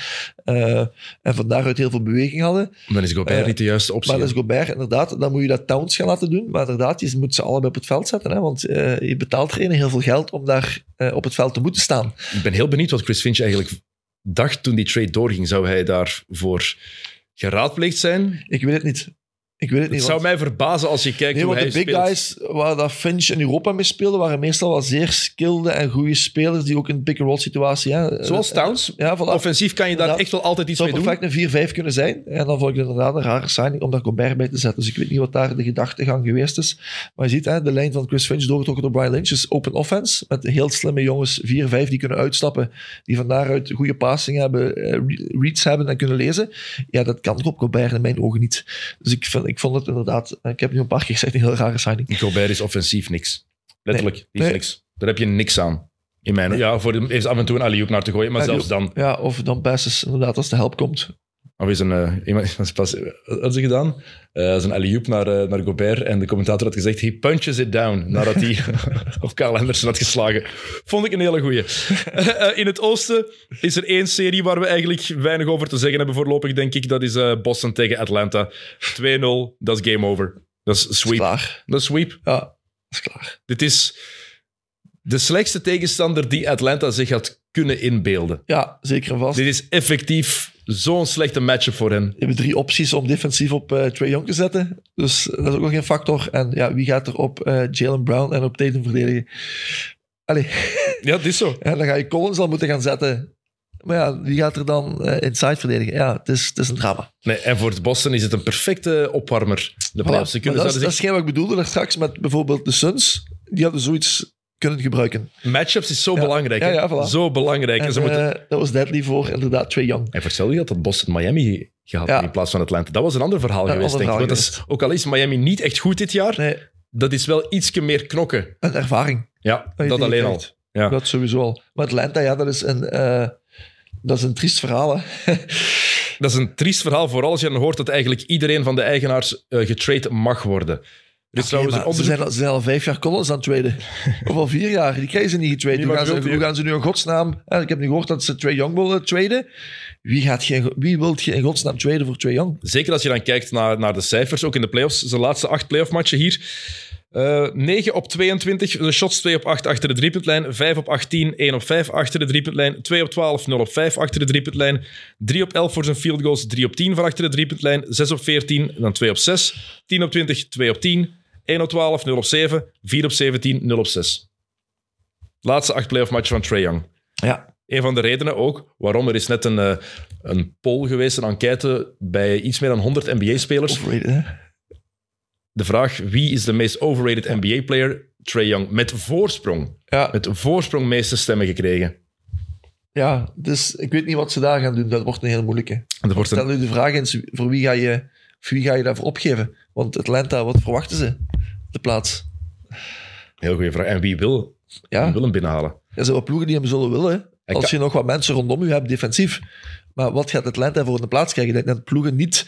En van daaruit heel veel beweging hadden. Dan is Gobert niet de juiste optie. Maar dat is Gobert, inderdaad. Dan moet je dat Towns gaan laten doen. Maar inderdaad, je moet ze allebei op het veld zetten. Hè, want je betaalt er heel veel geld om daar op het veld te moeten staan. Ik ben heel benieuwd wat Chris Finch eigenlijk dacht toen die trade doorging. Zou hij daarvoor geraadpleegd zijn? Ik weet het niet. Het zou mij verbazen als je kijkt hoe hij speelt. De big guys waar dat Finch in Europa mee speelde, waren meestal wel zeer skillede en goede spelers die ook in de pick-and-roll situatie... Zoals Towns. Voilà. Offensief kan je daar echt wel altijd iets mee doen. Het zou perfect een 4-5 kunnen zijn. En dan vond ik het inderdaad een rare signing om daar Gobert bij te zetten. Dus ik weet niet wat daar de gedachtegang geweest is. Maar je ziet, de lijn van Chris Finch doorgetrokken door Brian Lynch is open offense. Met heel slimme jongens, 4-5 die kunnen uitstappen. Die van daaruit goede passing hebben, reads hebben en kunnen lezen. Ja, dat kan op Gobert in mijn ogen niet. Dus ik vond het inderdaad, ik heb nu een paar keer gezegd, een heel rare signing. Gobert is offensief niks. Letterlijk, die is niks. Daar heb je niks aan. In mijn, ja, voor hem heeft af en toe een alley-oop naar te gooien, maar zelfs dan. Ja, of dan passes, inderdaad, als de help komt. Of is iemand wat had ze gedaan? Is een alley-oop naar Gobert en de commentator had gezegd, he punches it down, nadat hij op Kyle Anderson had geslagen. Vond ik een hele goeie. In het oosten is er 1 serie waar we eigenlijk weinig over te zeggen hebben voorlopig, denk ik. Dat is Boston tegen Atlanta. 2-0, dat is game over. Dat is sweep. Dat is sweep. Ja, dat is klaar. Dit is de slechtste tegenstander die Atlanta zich had kunnen inbeelden. Ja, zeker en vast. Dit is effectief zo'n slechte matchup voor hen. Je hebt 3 opties om defensief op Trae Young te zetten. Dus dat is ook nog geen factor. En ja, wie gaat er op Jaylen Brown en op Tatum verdedigen? Allee. Ja, het is zo. En dan ga je Collins al moeten gaan zetten. Maar ja, wie gaat er dan inside verdedigen? Ja, het is een drama. Nee, en voor Boston is het een perfecte opwarmer. De playoffs. Dat is geen wat ik bedoelde daar straks met bijvoorbeeld de Suns. Die hadden zoiets kunnen gebruiken. Matchups is zo belangrijk. Ja, voilà. Zo belangrijk. En, dat was deadly voor inderdaad Trae Young. En vertel je dat Boston Miami gehad in plaats van Atlanta. Dat was een ander verhaal geweest, denk ik. Want dat is, ook al is Miami niet echt goed dit jaar, dat is wel ietsje meer knokken. Een ervaring. Ja, dat alleen al. Ja. Dat sowieso al. Maar Atlanta, ja, dat is een triest verhaal. Hè. Dat is een triest verhaal, vooral als je dan hoort dat eigenlijk iedereen van de eigenaars getrade mag worden. Dus ze zijn al 5 jaar Collins aan het traden. Of al 4 jaar. Die krijgen ze niet getrade. Hoe gaan ze nu in godsnaam... Ik heb nu gehoord dat ze Trae Young willen traden. Wie wil je in godsnaam traden voor Trae Young? Zeker als je dan kijkt naar de cijfers, ook in de playoffs. Zijn laatste 8 playoff-matchen hier. 9 op 22, de shots 2 op 8 achter de driepuntlijn. 5 op 18, 1 op 5 achter de driepuntlijn. 2 op 12, 0 op 5 achter de driepuntlijn. 3 op 11 voor zijn field goals, 3 op 10 van achter de driepuntlijn. 6 op 14, dan 2 op 6. 10 op 20, 2 op 10. 1 op 12, 0 op 7. 4 op 17, 0 op 6. Laatste 8 playoff matchen van Trae Young. Ja. Een van de redenen ook waarom er is net een poll geweest, een enquête bij iets meer dan 100 NBA-spelers. Overrated, hè? De vraag, wie is de meest overrated NBA-player? Trae Young. Met voorsprong. Ja. Met voorsprong meeste stemmen gekregen. Ja, dus ik weet niet wat ze daar gaan doen. Dat wordt een heel moeilijke. Stel nu de vraag eens, voor wie ga je daarvoor opgeven? Want Atlanta, wat verwachten ze? De plaats. Heel goede vraag. En wie wil hem binnenhalen? Er zijn wel ploegen die hem zullen willen. Als je nog wat mensen rondom je hebt, defensief. Maar wat gaat Atlanta voor de plaats krijgen? Ik denk dat ploegen niet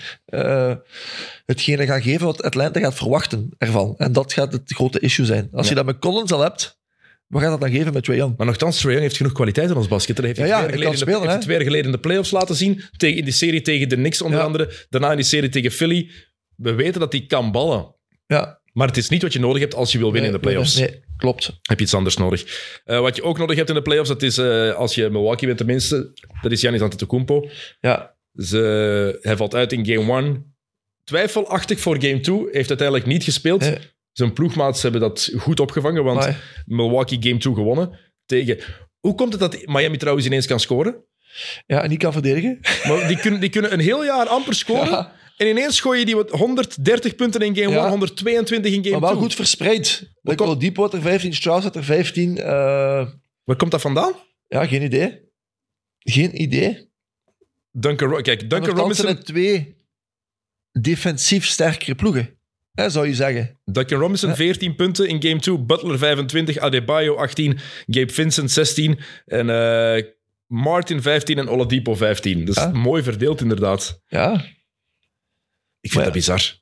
hetgene gaan geven wat Atlanta gaat verwachten ervan. En dat gaat het grote issue zijn. Als je dat met Collins al hebt, Wat gaat dat dan geven met Trae Young? Maar nogthans, Trae Young heeft genoeg kwaliteit in ons basket. Dat heeft hij twee jaar geleden in de playoffs laten zien. In die serie tegen de Knicks onder andere. Daarna in die serie tegen Philly. We weten dat hij kan ballen. Ja. Maar het is niet wat je nodig hebt als je wil winnen in de playoffs. Nee, klopt. Heb je iets anders nodig. Wat je ook nodig hebt in de playoffs, dat is als je Milwaukee bent tenminste, dat is Giannis Antetokounmpo. Ja. Hij valt uit in game 1. Twijfelachtig voor game 2. Heeft uiteindelijk niet gespeeld. Nee. Zijn ploegmaats hebben dat goed opgevangen, want Milwaukee game 2 gewonnen. Hoe komt het dat Miami trouwens ineens kan scoren? Ja, en niet kan verdedigen. Maar die kunnen een heel jaar amper scoren. Ja. En ineens gooi je die 130 punten in game 1, 122 in game 2. Maar wel goed verspreid. Deepwater 15, Strauss had er 15. Waar komt dat vandaan? Ja, geen idee. Duncan Robinson... zijn 2 defensief sterkere ploegen. Zou je zeggen. Duncan Robinson 14 punten in game 2. Butler 25, Adebayo 18, Gabe Vincent 16 en Martin 15 en Oladipo 15. Dat is mooi verdeeld inderdaad. Ja. Ik vind dat bizar.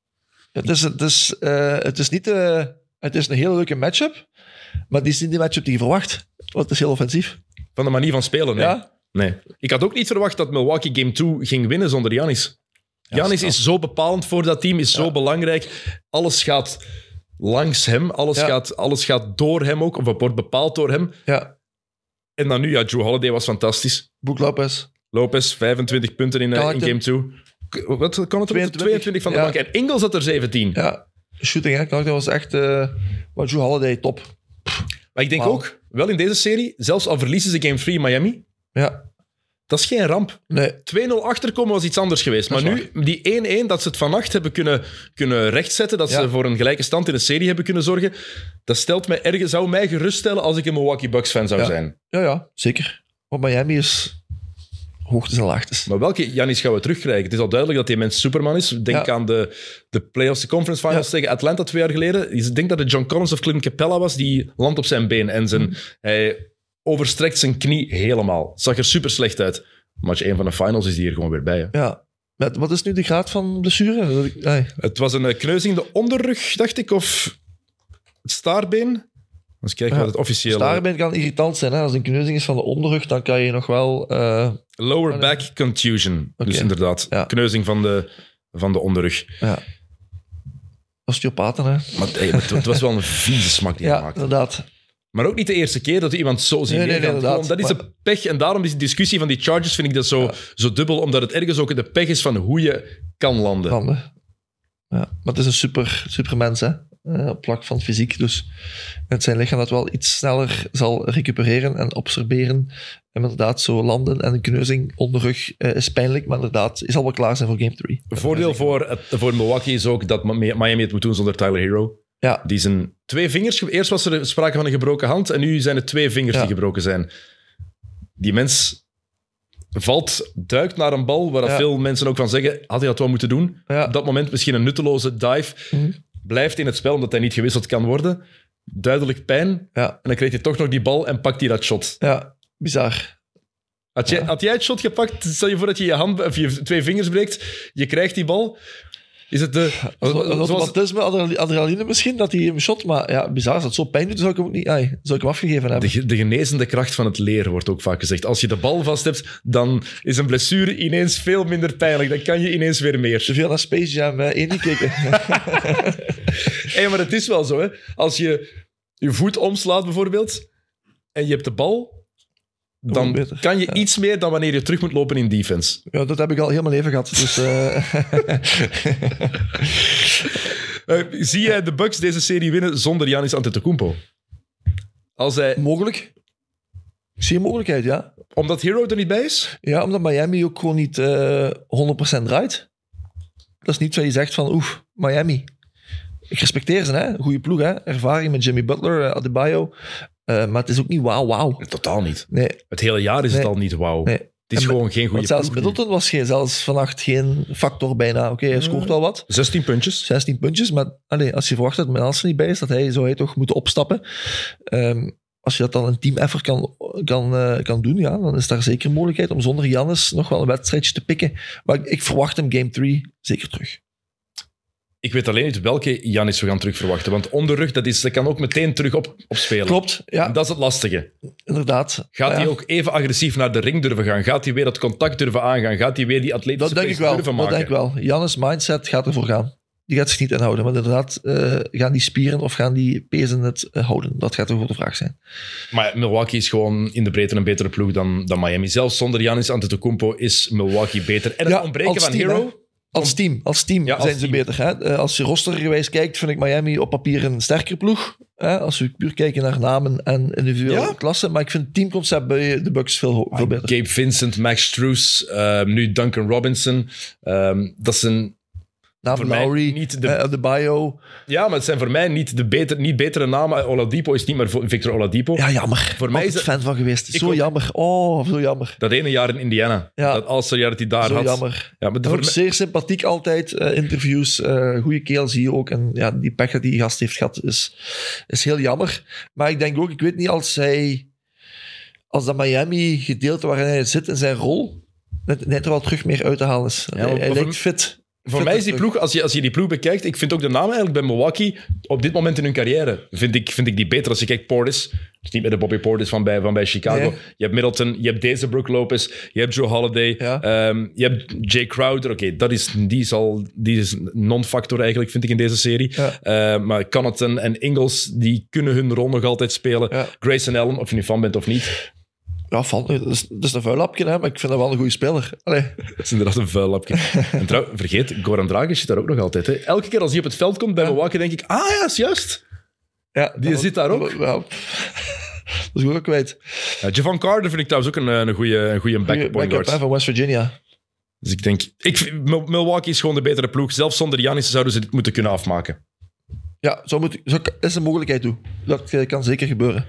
Het is een hele leuke matchup, maar die is niet de matchup die je verwacht. Want het is heel offensief. Van de manier van spelen, nee. Ja? Nee. Ik had ook niet verwacht dat Milwaukee game 2 ging winnen zonder Giannis. Giannis is zo bepalend voor dat team, is zo belangrijk. Alles gaat langs hem, alles gaat door hem ook, of wordt bepaald door hem. Ja. En dan nu, Jrue Holiday was fantastisch. Brook Lopez, 25 punten in game 2. Wat kon het? 22 van de bank. En Ingles had er 17. Ja, shooting, hè. Dat was echt... Jrue Holiday, top. Maar ik denk ook, wel in deze serie, zelfs al verliezen ze game 3 in Miami... Ja. Dat is geen ramp. Nee. 2-0 achterkomen was iets anders geweest. Maar nu, die 1-1, dat ze het vannacht hebben kunnen rechtzetten, dat ze voor een gelijke stand in de serie hebben kunnen zorgen, dat zou mij geruststellen als ik een Milwaukee Bucks fan zou zijn. Ja, zeker. Want Miami is hoogtes en laagtes. Maar welke Giannis gaan we terugkrijgen? Het is al duidelijk dat die mens Superman is. Denk aan de playoffs, de conference finals tegen Atlanta 2 jaar geleden. Ik denk dat het John Collins of Clint Capella was, die landt op zijn been en hij overstrekt zijn knie helemaal. Het zag er super slecht uit. Match 1 van de finals is die hier gewoon weer bij. Hè. Ja. Wat is nu de graad van blessure? Het was een kneuzing de onderrug, dacht ik, of het staarbeen. Eens kijken wat het officieel... Staarbeen kan irritant zijn. Hè? Als een kneuzing is van de onderrug, dan kan je nog wel... Lower back contusion. Okay. Dus inderdaad, kneuzing van de onderrug. Ja. Osteopaten, hè? Maar het was wel een vieze smak die hij maakte. Inderdaad. Maar ook niet de eerste keer dat iemand zo ziet meegaan. Dat is de pech. En daarom is de discussie van die Chargers, vind ik dat zo dubbel, omdat het ergens ook de pech is van hoe je kan landen. Ja, maar het is een super mens, hè? Op vlak van fysiek. Dus met zijn lichaam dat wel iets sneller zal recupereren en absorberen. En inderdaad zo landen en een kneuzing onderrug is pijnlijk, maar inderdaad, is al wel klaar zijn voor game 3. Het voordeel voor Milwaukee is ook dat Miami het moet doen zonder Tyler Hero. Ja. Die zijn 2 vingers... Eerst was er sprake van een gebroken hand en nu zijn het 2 vingers die gebroken zijn. Die mens duikt naar een bal waar veel mensen ook van zeggen, had hij dat wel moeten doen? Ja. Op dat moment misschien een nutteloze dive. Blijft in het spel omdat hij niet gewisseld kan worden. Duidelijk pijn. Ja. En dan kreeg hij toch nog die bal en pakt hij dat shot. Ja, bizar. Had jij het shot gepakt? Stel je voor dat je hand of je 2 vingers breekt. Je krijgt die bal... Is het automatisme, adrenaline misschien, dat hij hem shot, maar ja, bizar, als het zo pijn doet, zou ik hem ook niet, zou ik hem afgegeven hebben. De genezende kracht van het leren wordt ook vaak gezegd. Als je de bal vast hebt, dan is een blessure ineens veel minder pijnlijk. Dan kan je ineens weer meer. Te veel naar Space Jam 1 gekeken. Maar het is wel zo, hè. Als je je voet omslaat bijvoorbeeld, en je hebt de bal... Dan kan je iets meer dan wanneer je terug moet lopen in defense. Ja, dat heb ik al heel mijn leven gehad. Dus, zie jij de Bucks deze serie winnen zonder Giannis Antetokounmpo? Mogelijk. Ik zie een mogelijkheid, ja. Omdat Hero er niet bij is? Ja, omdat Miami ook gewoon niet 100% draait. Dat is niet wat je zegt van, Miami. Ik respecteer ze, hè. Goede ploeg, hè. Ervaring met Jimmy Butler, Adebayo... maar het is ook niet wauw. Totaal niet. Nee. Het hele jaar is het al niet wauw. Nee. Het is gewoon geen goede zelfs ploeg. Middleton was zelfs vannacht geen factor bijna. Oké, hij scoort wel wat. 16 puntjes. 16 puntjes, maar als je verwacht dat Middleton niet bij is, zou hij toch moeten opstappen. Als je dat dan een team effort kan doen, ja, dan is daar zeker mogelijkheid om zonder Giannis nog wel een wedstrijdje te pikken. Maar ik verwacht hem game 3 zeker terug. Ik weet alleen niet welke Giannis we gaan terug verwachten. Want onderrug, dat kan ook meteen terug opspelen. Klopt, ja. En dat is het lastige. Inderdaad. Gaat hij ook even agressief naar de ring durven gaan? Gaat hij weer dat contact durven aangaan? Gaat hij weer die atletische Dat denk ik wel. durven maken? Dat denk ik wel. Giannis' mindset gaat ervoor gaan. Die gaat zich niet inhouden. Maar inderdaad, gaan die spieren of gaan die pezen het houden? Dat gaat een grote vraag zijn. Maar Milwaukee is gewoon in de breedte een betere ploeg dan Miami. Zelfs zonder Giannis Antetokounmpo is Milwaukee beter. En het ontbreken van team, Hero... Als team Ja, als zijn ze team. beter. Hè? Als je rostergewijs kijkt, vind ik Miami op papier een sterkere ploeg. Hè? Als we puur kijken naar namen en individuele klassen. Maar ik vind het teamconcept bij de Bucks veel beter. Gabe Vincent, Max Strus, nu Duncan Robinson. Dat zijn... Naam voor mij Lowry, niet de bio. Ja, maar het zijn voor mij niet niet betere namen. Oladipo is niet meer Victor Oladipo. Ja, jammer. Voor mij is het fan van geweest. Ik Zo ook. jammer. Oh, zo jammer. Dat ene jaar in Indiana. Ja. Dat All-Star-jaar dat hij daar Zo had. jammer. Ja, maar Ook voor mij- zeer sympathiek altijd. Interviews, goede keel zie je ook. En ja, die pech dat die gast heeft gehad is heel jammer. Maar ik denk ook, ik weet niet, als dat Miami gedeelte waarin hij zit in zijn rol, net er wel terug meer uit te halen is. Ja, maar hij voor- lijkt fit. Voor mij is die ploeg, als je die ploeg bekijkt, ik vind ook de naam eigenlijk bij Milwaukee op dit moment in hun carrière, vind ik die beter. Als je kijkt, Portis, het is niet meer de Bobby Portis van bij Chicago. Nee. Je hebt Middleton, je hebt deze Brook Lopez, je hebt Joe Holiday, Ja. je hebt Jay Crowder. Oké, die is non-factor eigenlijk, vind ik, in deze serie. Ja. Maar Connaughton en Ingles, die kunnen hun rol nog altijd spelen. Ja. Grayson Allen, of je nu fan bent of niet. Ja, dat is een vuilapje, hè, maar ik vind dat wel een goede speler. Allee. Dat is inderdaad een vuil lapje. En trouwens, vergeet, Goran Dragic zit daar ook nog altijd. Hè. Elke keer als hij op het veld komt bij Milwaukee, denk ik, ja, is juist. Ja, Die zit daar ook. Ja, dat is goed ook kwijt. Javon Carter vind ik trouwens ook een goede backup point Backup, hè, guard. van West Virginia. Dus ik denk, Milwaukee is gewoon de betere ploeg. Zelfs zonder Giannis zouden ze dit moeten kunnen afmaken. Ja, zo is een mogelijkheid toe. Dat kan zeker gebeuren.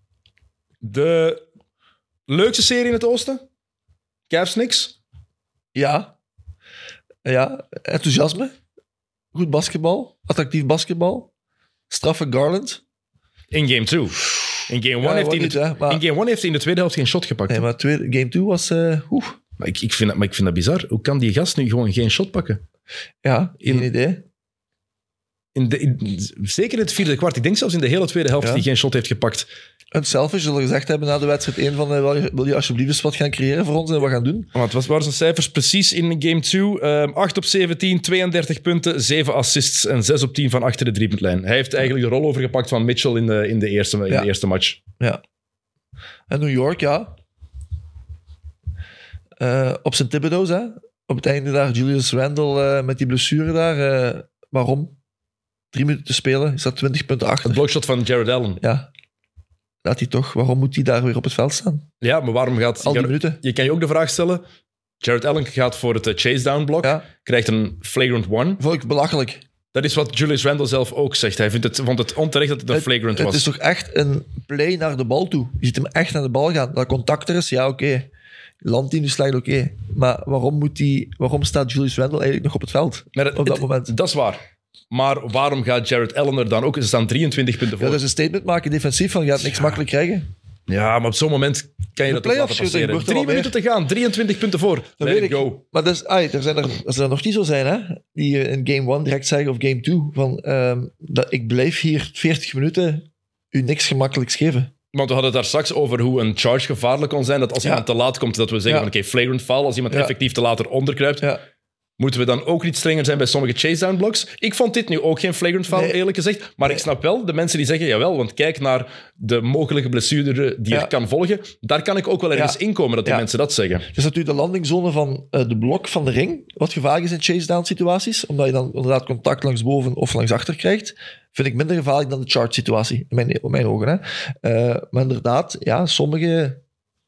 De leukste serie in het oosten? Cavs Knicks? Ja, enthousiasme. Goed basketbal. Attractief basketbal. Straffe Garland. In game 2. In game 1 Ja, heeft, niet, hè, maar- heeft hij in de tweede helft geen shot gepakt. Nee, maar game 2 was... Maar ik vind dat bizar. Hoe kan die gast nu gewoon geen shot pakken? Ja, geen idee. Zeker in het vierde kwart. Ik denk zelfs in de hele tweede helft Ja. dat hij geen shot heeft gepakt. En Selfish zullen gezegd hebben na de wedstrijd 1 van... wil je alsjeblieft eens wat gaan creëren voor ons en wat gaan doen? Want wat waren zijn cijfers precies in game 2? 8 op 17, 32 punten, 7 assists en 6 op 10 van achter de driepuntlijn. Hij heeft eigenlijk de rol overgepakt van Mitchell in de eerste match. Ja. En New York, ja. Op zijn Thibodeau's, hè. Op het einde daar, Julius Randle met die blessure daar. Waarom? 3 minuten te spelen, is dat 20 punten achter. Het blokshot van Jared Allen. Ja. Laat hij toch, waarom moet hij daar weer op het veld staan? Ja, maar waarom gaat... Al die minuten. Je kan je ook de vraag stellen... Jared Allen gaat voor het chase-down blok, Ja. krijgt een flagrant one. Vond ik belachelijk. Dat is wat Julius Randle zelf ook zegt. Hij vond het onterecht dat het een flagrant was. Het is toch echt een play naar de bal toe. Je ziet hem echt naar de bal gaan. Dat contact er is, ja, oké. Landt hij nu slecht, oké. Maar waarom staat Julius Randle eigenlijk nog op het veld? Maar Op dat moment. Dat is waar. Maar waarom gaat Jared Allen er dan ook? Ze staan 23 punten Ja, voor. dat is een statement maken defensief van je gaat niks makkelijk krijgen. Ja, maar op zo'n moment kan je De dat ook laten playoffs passeren. gebeurt er 3 wel minuten te gaan, 23 punten voor. Dat Let weet it ik. go. Maar dat is, als er nog niet zo zijn, hè, die in game 1 direct zeggen, of game 2, van dat ik blijf hier 40 minuten u niks gemakkelijks geven. Want we hadden het daar straks over hoe een charge gevaarlijk kon zijn. Dat als Ja. iemand te laat komt, dat we zeggen Ja. van oké, flagrant foul. Als iemand Ja. effectief te laat eronder kruipt, Ja. moeten we dan ook niet strenger zijn bij sommige chase-down blocks? Ik vond dit nu ook geen flagrant foul, Nee. eerlijk gezegd. Maar ik snap wel de mensen die zeggen, jawel, want kijk naar de mogelijke blessure die Ja. er kan volgen. Daar kan ik ook wel ergens Ja. inkomen dat die Ja. mensen dat zeggen. Het is natuurlijk de landingzone van de blok van de ring, wat gevaarlijk is in chase-down situaties, omdat je dan inderdaad contact langs boven of langs achter krijgt, vind ik minder gevaarlijk dan de charge situatie, in mijn ogen. Hè. Maar inderdaad, ja, sommige...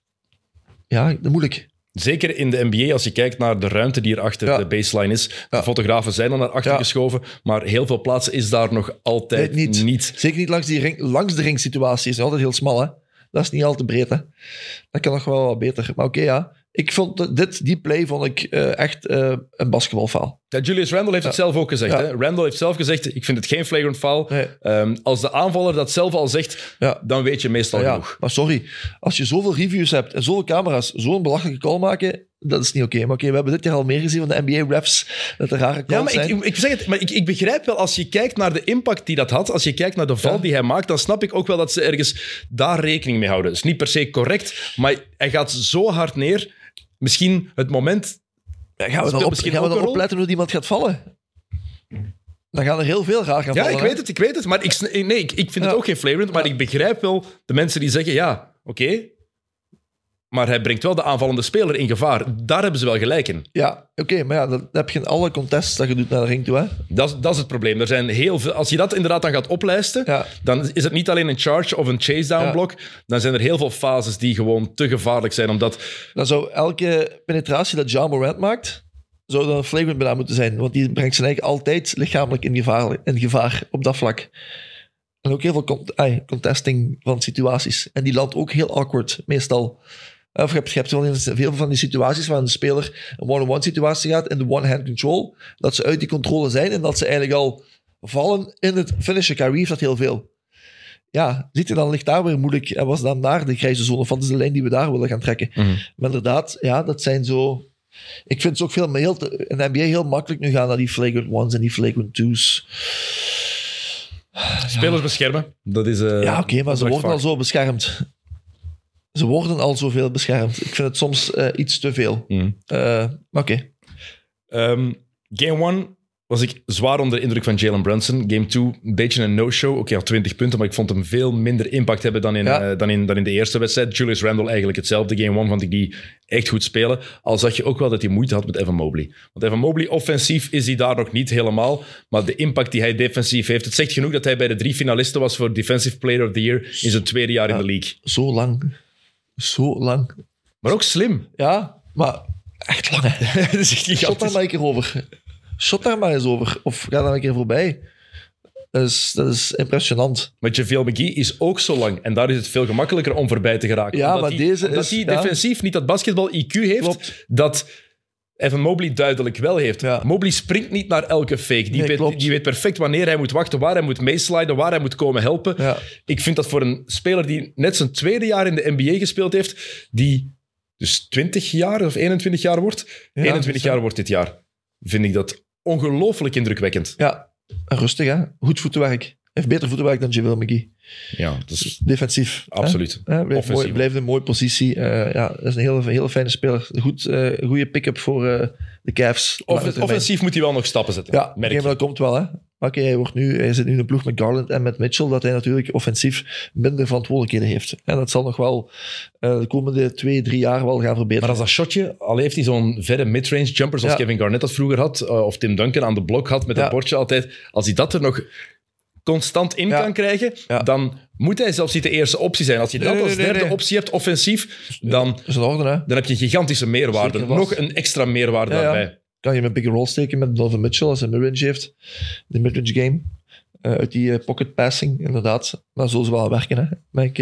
Ja, moeilijk. Zeker in de NBA, als je kijkt naar de ruimte die er achter Ja. de baseline is. De Ja. fotografen zijn er naar achter Ja. geschoven, maar heel veel plaatsen is daar nog altijd Nee, niet. Zeker niet langs die ring, langs de ringsituatie. Is altijd heel smal, hè. Dat is niet al te breed, hè. Dat kan nog wel wat beter. Maar oké, ja. Ik vond die play vond ik echt een basketbalfoul. Ja, Julius Randle heeft het zelf ook gezegd. Ja. Hè? Randle heeft zelf gezegd, ik vind het geen flagrant foul. Nee. Als de aanvaller dat zelf al zegt, Ja. dan weet je meestal Ja, genoeg. maar sorry. Als je zoveel reviews hebt en zoveel camera's zo'n belachelijke call maken, dat is niet oké. Maar oké, we hebben dit jaar al meer gezien van de NBA-refs, dat er rare calls zijn. Ik zeg het, maar ik begrijp wel, als je kijkt naar de impact die dat had, als je kijkt naar de val die hij maakt, dan snap ik ook wel dat ze ergens daar rekening mee houden. Het is niet per se correct, maar hij gaat zo hard neer. Misschien het moment... Gaan we dan opletten hoe iemand gaat vallen? Dan gaan er heel veel raar gaan vallen. Ja, ik weet het. Maar ik vind het ook geen flagrant, maar ik begrijp wel de mensen die zeggen, ja, oké, maar hij brengt wel de aanvallende speler in gevaar. Daar hebben ze wel gelijk in. Ja, oké, maar ja, dat heb je in alle contests dat je doet naar de ring toe. Hè? Dat is het probleem. Er zijn heel veel, als je dat inderdaad dan gaat oplijsten, dan is het niet alleen een charge of een chase-down blok. Dan zijn er heel veel fases die gewoon te gevaarlijk zijn. Omdat... Dan zou elke penetratie dat Ja Morant maakt, zou dan een flagrant bijna moeten zijn. Want die brengt zijn eigen altijd lichamelijk in gevaar op dat vlak. En ook heel veel contesting van situaties. En die landt ook heel awkward, meestal. Of je hebt wel veel van die situaties waar een speler een one-on-one situatie gaat in de one-hand control, dat ze uit die controle zijn en dat ze eigenlijk al vallen in het finishen. Kyrie heeft dat heel veel. Ja, ziet je, dan ligt daar weer moeilijk. En was dan naar de grijze zone, of wat is de lijn die we daar willen gaan trekken? Mm-hmm. Maar inderdaad, ja, dat zijn zo... Ik vind het ook veel in de NBA heel makkelijk nu gaan naar die flagrant ones en die flagrant twos. Spelers beschermen, dat is... ja, oké, maar ze worden al zo beschermd. Ze worden al zoveel beschermd. Ik vind het soms iets te veel. Maar oké. Game 1 was ik zwaar onder de indruk van Jalen Brunson. Game 2, een beetje een no-show. Oké, had 20 punten, maar ik vond hem veel minder impact hebben dan in de eerste wedstrijd. Julius Randle eigenlijk hetzelfde. Game 1 vond ik die echt goed spelen. Al zag je ook wel dat hij moeite had met Evan Mobley. Want Evan Mobley, offensief is hij daar nog niet helemaal. Maar de impact die hij defensief heeft... Het zegt genoeg dat hij bij de 3 finalisten was voor Defensive Player of the Year in zijn tweede jaar in de league. Zo lang. Maar ook slim. Ja, maar echt lang. Hè. Dat is echt gigantisch. Shot daar maar een keer over. Shot daar maar eens over. Of ga daar een keer voorbij. Dat is impressionant. Maar JaVale McGee is ook zo lang. En daar is het veel gemakkelijker om voorbij te geraken. Ja, omdat hij defensief niet dat basketbal-IQ heeft. Klopt. Dat Evan Mobley duidelijk wel heeft. Ja. Mobley springt niet naar elke fake. Die weet perfect wanneer hij moet wachten, waar hij moet meesliden, waar hij moet komen helpen. Ja. Ik vind dat voor een speler die net zijn tweede jaar in de NBA gespeeld heeft, die dus 20 jaar of 21 jaar wordt, 21 jaar wordt dit jaar, vind ik dat ongelooflijk indrukwekkend. Ja, en rustig hè. Goed voetenwerk. Heeft beter voetenwerk dan JaVale McGee. Ja, dat is defensief. Absoluut. Blijft een mooie positie. Dat is een hele fijne speler. Goede pick-up voor de Cavs. Offensief moet hij wel nog stappen zetten. Ja, maar dat komt wel. Hè. Oké, hij zit nu in een ploeg met Garland en met Mitchell, dat hij natuurlijk offensief minder verantwoordelijkheden heeft. En dat zal nog wel de komende 2-3 jaar wel gaan verbeteren. Maar als dat shotje, al heeft hij zo'n verre midrange jumper, zoals Kevin Garnett dat vroeger had, of Tim Duncan aan de blok had met dat bordje altijd, als hij dat er nog constant in kan krijgen, dan moet hij zelfs niet de eerste optie zijn. Als je dat als derde optie hebt, offensief, dan heb je een gigantische meerwaarde. Nog een extra meerwaarde daarbij. Kan je met big roll steken met Donovan Mitchell als hij midrange heeft. De midrange game. Uit die pocket passing, inderdaad. Maar zo zullen ze wel werken, hè.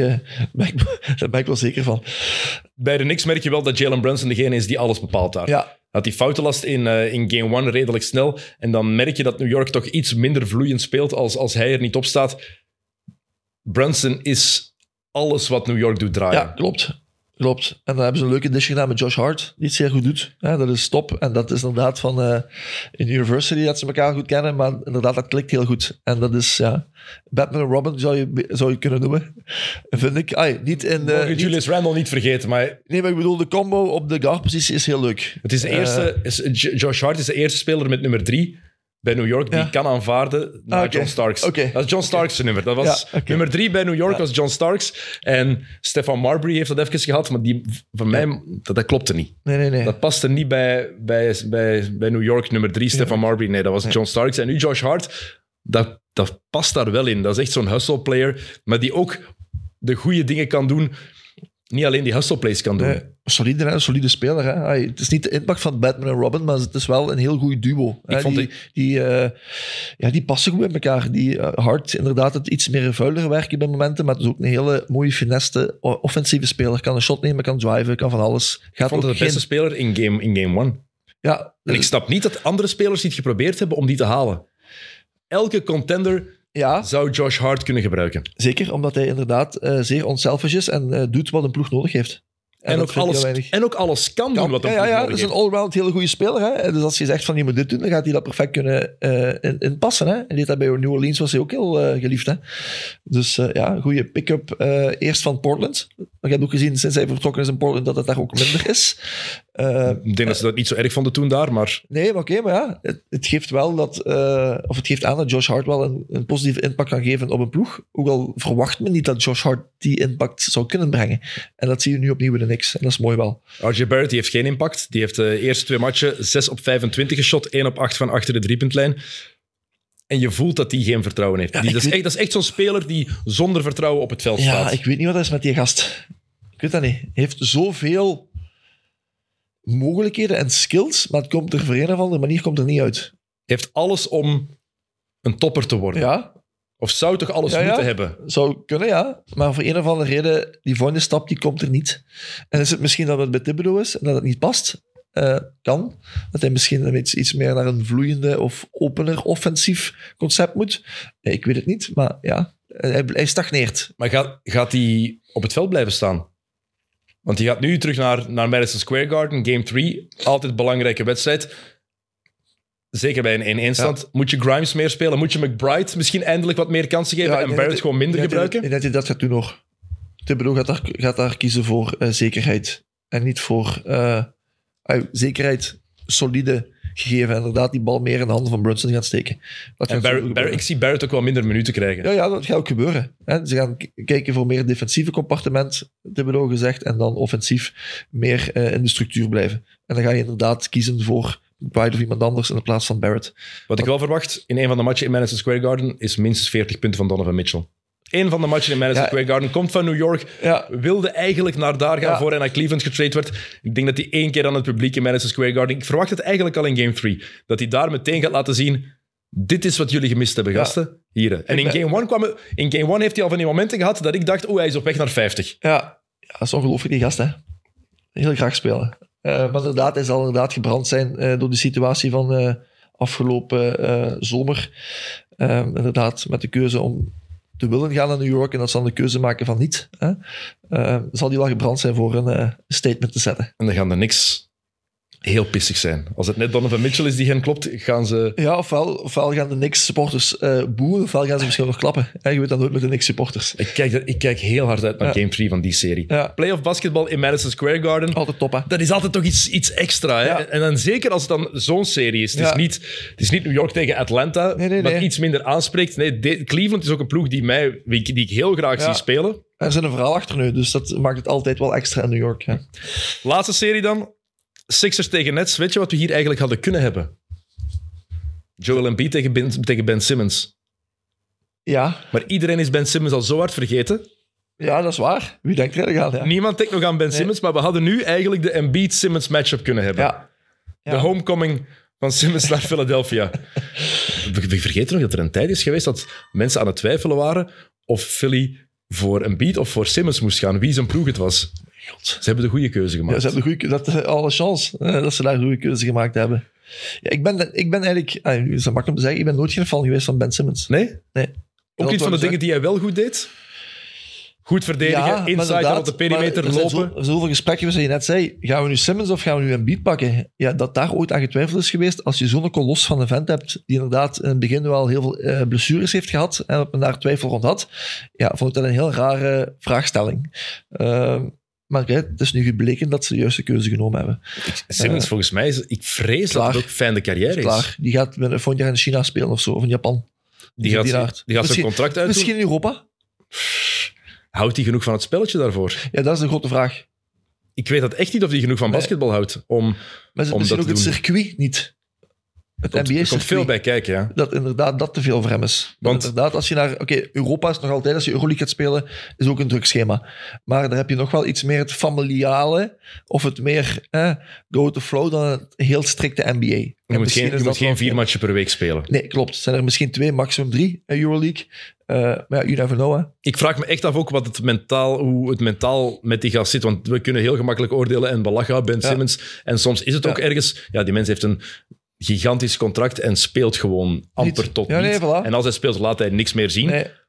Daar ben ik wel zeker van. Bij de Knicks merk je wel dat Jalen Brunson degene is die alles bepaalt daar. Ja. Had die foutenlast in game 1 redelijk snel. En dan merk je dat New York toch iets minder vloeiend speelt als hij er niet op staat. Brunson is alles wat New York doet draaien. Ja, klopt. En dan hebben ze een leuke dish gedaan met Josh Hart, die het zeer goed doet. Dat is top. En dat is inderdaad van in University dat ze elkaar goed kennen, maar inderdaad, dat klikt heel goed. En dat is, Batman en Robin zou je kunnen noemen, vind ik. Niet in Julius Randle niet vergeten, maar... Nee, maar ik bedoel, de combo op de guard-positie is heel leuk. Het is de eerste... Josh Hart is de eerste speler met nummer 3 bij New York die kan aanvaarden naar John Starks. Okay. Dat is John Starks' nummer. Dat was nummer 3 bij New York was John Starks. En Stefan Marbury heeft dat even gehad, maar die van mij, dat klopte niet. Nee. Dat paste niet bij New York nummer 3, Stefan Marbury. Nee, dat was John Starks. En nu Josh Hart, dat past daar wel in. Dat is echt zo'n hustle player, maar die ook de goede dingen kan doen. Niet alleen die hustle plays kan doen. Een solide speler. Hè? Het is niet de impact van Batman en Robin, maar het is wel een heel goed duo. Die passen goed met elkaar. Die Hart, inderdaad, het iets meer vuiler werken bij momenten, maar het is ook een hele mooie finesse offensieve speler. Kan een shot nemen, kan driven, kan van alles. Ik vond het de beste speler in game 1. Ja, en ik snap niet dat andere spelers niet geprobeerd hebben om die te halen. Elke contender zou Josh Hart kunnen gebruiken. Zeker, omdat hij inderdaad zeer onselfish is en doet wat een ploeg nodig heeft. En ook alles kan doen wat hij dat is een all-round hele goede speler. Hè? Dus als je zegt van je moet dit doen, dan gaat hij dat perfect kunnen inpassen. Hè? En dit bij New Orleans was hij ook heel geliefd. Hè? Dus goede pick-up eerst van Portland. Maar je hebt ook gezien sinds hij vertrokken is in Portland dat het daar ook minder is. Ik denk dat ze dat niet zo erg vonden toen daar, maar... Nee, maar oké, maar ja, het geeft wel dat... of het geeft aan dat Josh Hart wel een positieve impact kan geven op een ploeg. Ook al verwacht men niet dat Josh Hart die impact zou kunnen brengen. En dat zie je nu opnieuw bij de Knicks. En dat is mooi wel. RJ Barrett die heeft geen impact. Die heeft de eerste 2 matchen 6 op 25 geschot, 1 op 8 van achter de driepuntlijn. En je voelt dat hij geen vertrouwen heeft. Ja, dat is echt zo'n speler die zonder vertrouwen op het veld staat. Ja, ik weet niet wat dat is met die gast. Ik weet dat niet. Hij heeft zoveel mogelijkheden en skills, maar het komt er voor een of andere manier komt er niet uit. Hij heeft alles om een topper te worden. Ja. Of zou toch alles moeten hebben? Zou kunnen, ja. Maar voor een of andere reden, die volgende stap, die komt er niet. En is het misschien dat het bij Thibodeau is en dat het niet past? Kan. Dat hij misschien iets meer naar een vloeiende of opener offensief concept moet. Ik weet het niet, maar ja, hij stagneert. Maar gaat hij op het veld blijven staan? Want hij gaat nu terug naar Madison Square Garden, Game 3. Altijd een belangrijke wedstrijd. Zeker bij een 1-1-stand. Ja. Moet je Grimes meer spelen? Moet je McBride misschien eindelijk wat meer kansen geven en Barrett gewoon minder gebruiken? Ik denk dat hij dat gaat doen nog. Thibodeau gaat daar kiezen voor zekerheid. En niet voor zekerheid, solide gegeven. En inderdaad die bal meer in de handen van Brunson gaan steken. Ik zie Barrett ook wel minder minuten krijgen. Ja, dat gaat ook gebeuren. Ze gaan kijken voor meer defensieve compartiment, Thibodeau gezegd, en dan offensief meer in de structuur blijven. En dan ga je inderdaad kiezen voor McBride of iemand anders in de plaats van Barrett. Wat ik wel verwacht in een van de matchen in Madison Square Garden is minstens 40 punten van Donovan Mitchell. Eén van de matchen in Madison Square Garden komt van New York. Ja. Wilde eigenlijk naar daar gaan voor hij naar Cleveland getrade werd. Ik denk dat hij 1 keer aan het publiek in Madison Square Garden... Ik verwacht het eigenlijk al in Game 3. Dat hij daar meteen gaat laten zien... Dit is wat jullie gemist hebben, gasten. Hier. En in Game 1 heeft hij al van die momenten gehad dat ik dacht... hij is op weg naar 50. Ja, dat is ongelooflijk, die gast. Hè. Heel graag spelen. Maar inderdaad, hij zal inderdaad gebrand zijn door de situatie van afgelopen zomer. Inderdaad, met de keuze om te willen gaan naar New York en dat ze dan de keuze maken van niet. Zal die wel gebrand zijn voor een statement te zetten. En dan gaan er niks heel pissig zijn. Als het net Donovan Mitchell is die hen klopt, gaan ze... Ja, ofwel gaan de Knicks supporters boeren, ofwel gaan ze misschien nog klappen. Je weet dat nooit met de Knicks supporters. Ik kijk heel hard uit naar Game 3 van die serie. Ja. Playoff basketbal in Madison Square Garden. Altijd top, hè? Dat is altijd toch iets extra. Hè? Ja. En dan zeker als het dan zo'n serie is. Het is niet New York tegen Atlanta, wat iets minder aanspreekt. Nee, Cleveland is ook een ploeg die ik heel graag zie spelen. Er zit een verhaal achter nu, dus dat maakt het altijd wel extra in New York. Hè? Laatste serie dan. Sixers tegen Nets. Weet je wat we hier eigenlijk hadden kunnen hebben? Joel Embiid tegen Ben Simmons. Ja. Maar iedereen is Ben Simmons al zo hard vergeten. Ja, dat is waar. Wie denkt er aan? Ja. Niemand denkt nog aan Ben Simmons, maar we hadden nu eigenlijk de Embiid-Simmons matchup kunnen hebben. Ja. De homecoming van Simmons naar Philadelphia. We vergeten nog dat er een tijd is geweest dat mensen aan het twijfelen waren of Philly voor Embiid of voor Simmons moest gaan. Wie zijn ploeg het was. God. Ze hebben de goede keuze gemaakt. Ja, ze hebben alle chance dat ze daar een goede keuze gemaakt hebben. Ja, ik ben eigenlijk... Het is makkelijk om te zeggen, ik ben nooit geen fan geweest van Ben Simmons. Nee? Ook iets van de dingen die hij wel goed deed? Goed verdedigen, inside op de perimeter lopen. Zoveel gesprekken zoals je net zei. Gaan we nu Simmons of gaan we nu Embiid pakken? Ja, dat daar ooit aan getwijfeld is geweest. Als je zo'n kolos van een vent hebt die inderdaad in het begin wel heel veel blessures heeft gehad en dat men daar twijfel rond had, vond ik dat een heel rare vraagstelling. Maar het is nu gebleken dat ze de juiste keuze genomen hebben. Simmons, volgens mij, ik vrees dat het ook fijne carrière is. Klaar. Die gaat volgend jaar in China spelen of zo, of in Japan. Die gaat zijn contract uit. Misschien in Europa. Houdt hij genoeg van het spelletje daarvoor? Ja, dat is een grote vraag. Ik weet dat echt niet of hij genoeg van basketbal houdt om dat misschien te ook doen. Het circuit niet. Het Er komt veel bij kijken, ja. Dat inderdaad dat te veel voor hem is. Want inderdaad, als je naar... Europa is nog altijd, als je Euroleague gaat spelen, is ook een druk schema. Maar daar heb je nog wel iets meer het familiale, of het meer go with the flow dan het heel strikte NBA. Je moet geen 4 matchen per week spelen. Nee, klopt. Het zijn er misschien 2, maximum 3 in Euroleague. Maar you never know, hè. Ik vraag me echt af ook hoe het mentaal met die gast zit. Want we kunnen heel gemakkelijk oordelen en belachen Ben Simmons. En soms is het ook ergens... Ja, die mens heeft een gigantisch contract en speelt gewoon amper tot niet. Voilà. En als hij speelt, laat hij niks meer zien. Nee.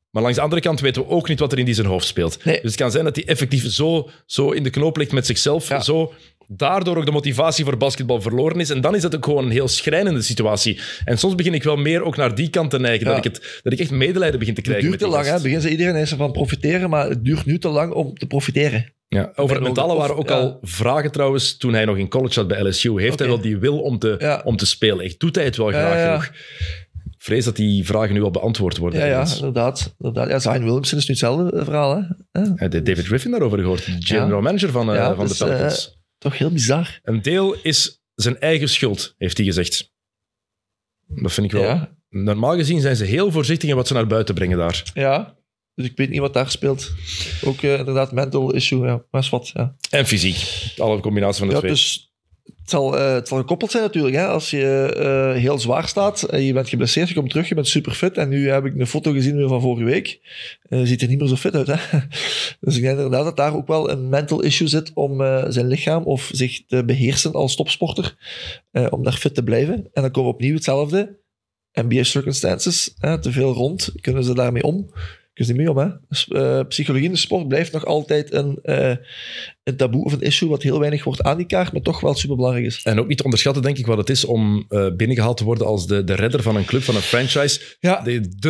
Maar langs de andere kant weten we ook niet wat er in zijn hoofd speelt. Nee. Dus het kan zijn dat hij effectief zo in de knoop ligt met zichzelf. Ja. Zo daardoor ook de motivatie voor basketbal verloren is. En dan is dat ook gewoon een heel schrijnende situatie. En soms begin ik wel meer ook naar die kant te neigen. Ja. Dat ik echt medelijden begin te Het krijgen. duurt te lang, hè. Begin ze iedereen eens van profiteren, maar het duurt nu te lang om te profiteren. Ja, over het mentale waren ook al vragen trouwens, toen hij nog in college zat bij LSU. Heeft hij wel die wil om te spelen? Echt, doet hij het wel graag genoeg? Ik vrees dat die vragen nu al beantwoord worden. Ja, inderdaad. Ja, Zion Williamson is nu hetzelfde verhaal. Hè? Heb je David Griffin daarover gehoord? De general manager van de Pelicans. Toch heel bizar. Een deel is zijn eigen schuld, heeft hij gezegd. Dat vind ik wel... Ja. Normaal gezien zijn ze heel voorzichtig in wat ze naar buiten brengen daar. Ja, dus ik weet niet wat daar speelt. Ook inderdaad mental issue, ja. Maar is wat, ja. En fysiek. Alle combinatie van de twee. Dus het zal gekoppeld zijn natuurlijk. Hè? Als je heel zwaar staat en je bent geblesseerd, je komt terug, je bent super fit. En nu heb ik een foto gezien weer van vorige week. Ziet er niet meer zo fit uit. Hè? Dus ik denk inderdaad dat daar ook wel een mental issue zit om zijn lichaam of zich te beheersen als topsporter. Om daar fit te blijven. En dan komen we opnieuw hetzelfde. NBA circumstances, te veel rond. Kunnen ze daarmee om? Kunnen ze niet mee om, hè? Dus, psychologie in de sport blijft nog altijd een taboe of een issue wat heel weinig wordt aangekaart, maar toch wel superbelangrijk is. En ook niet te onderschatten, denk ik, wat het is om binnengehaald te worden als de redder van een club, van een franchise. Ja.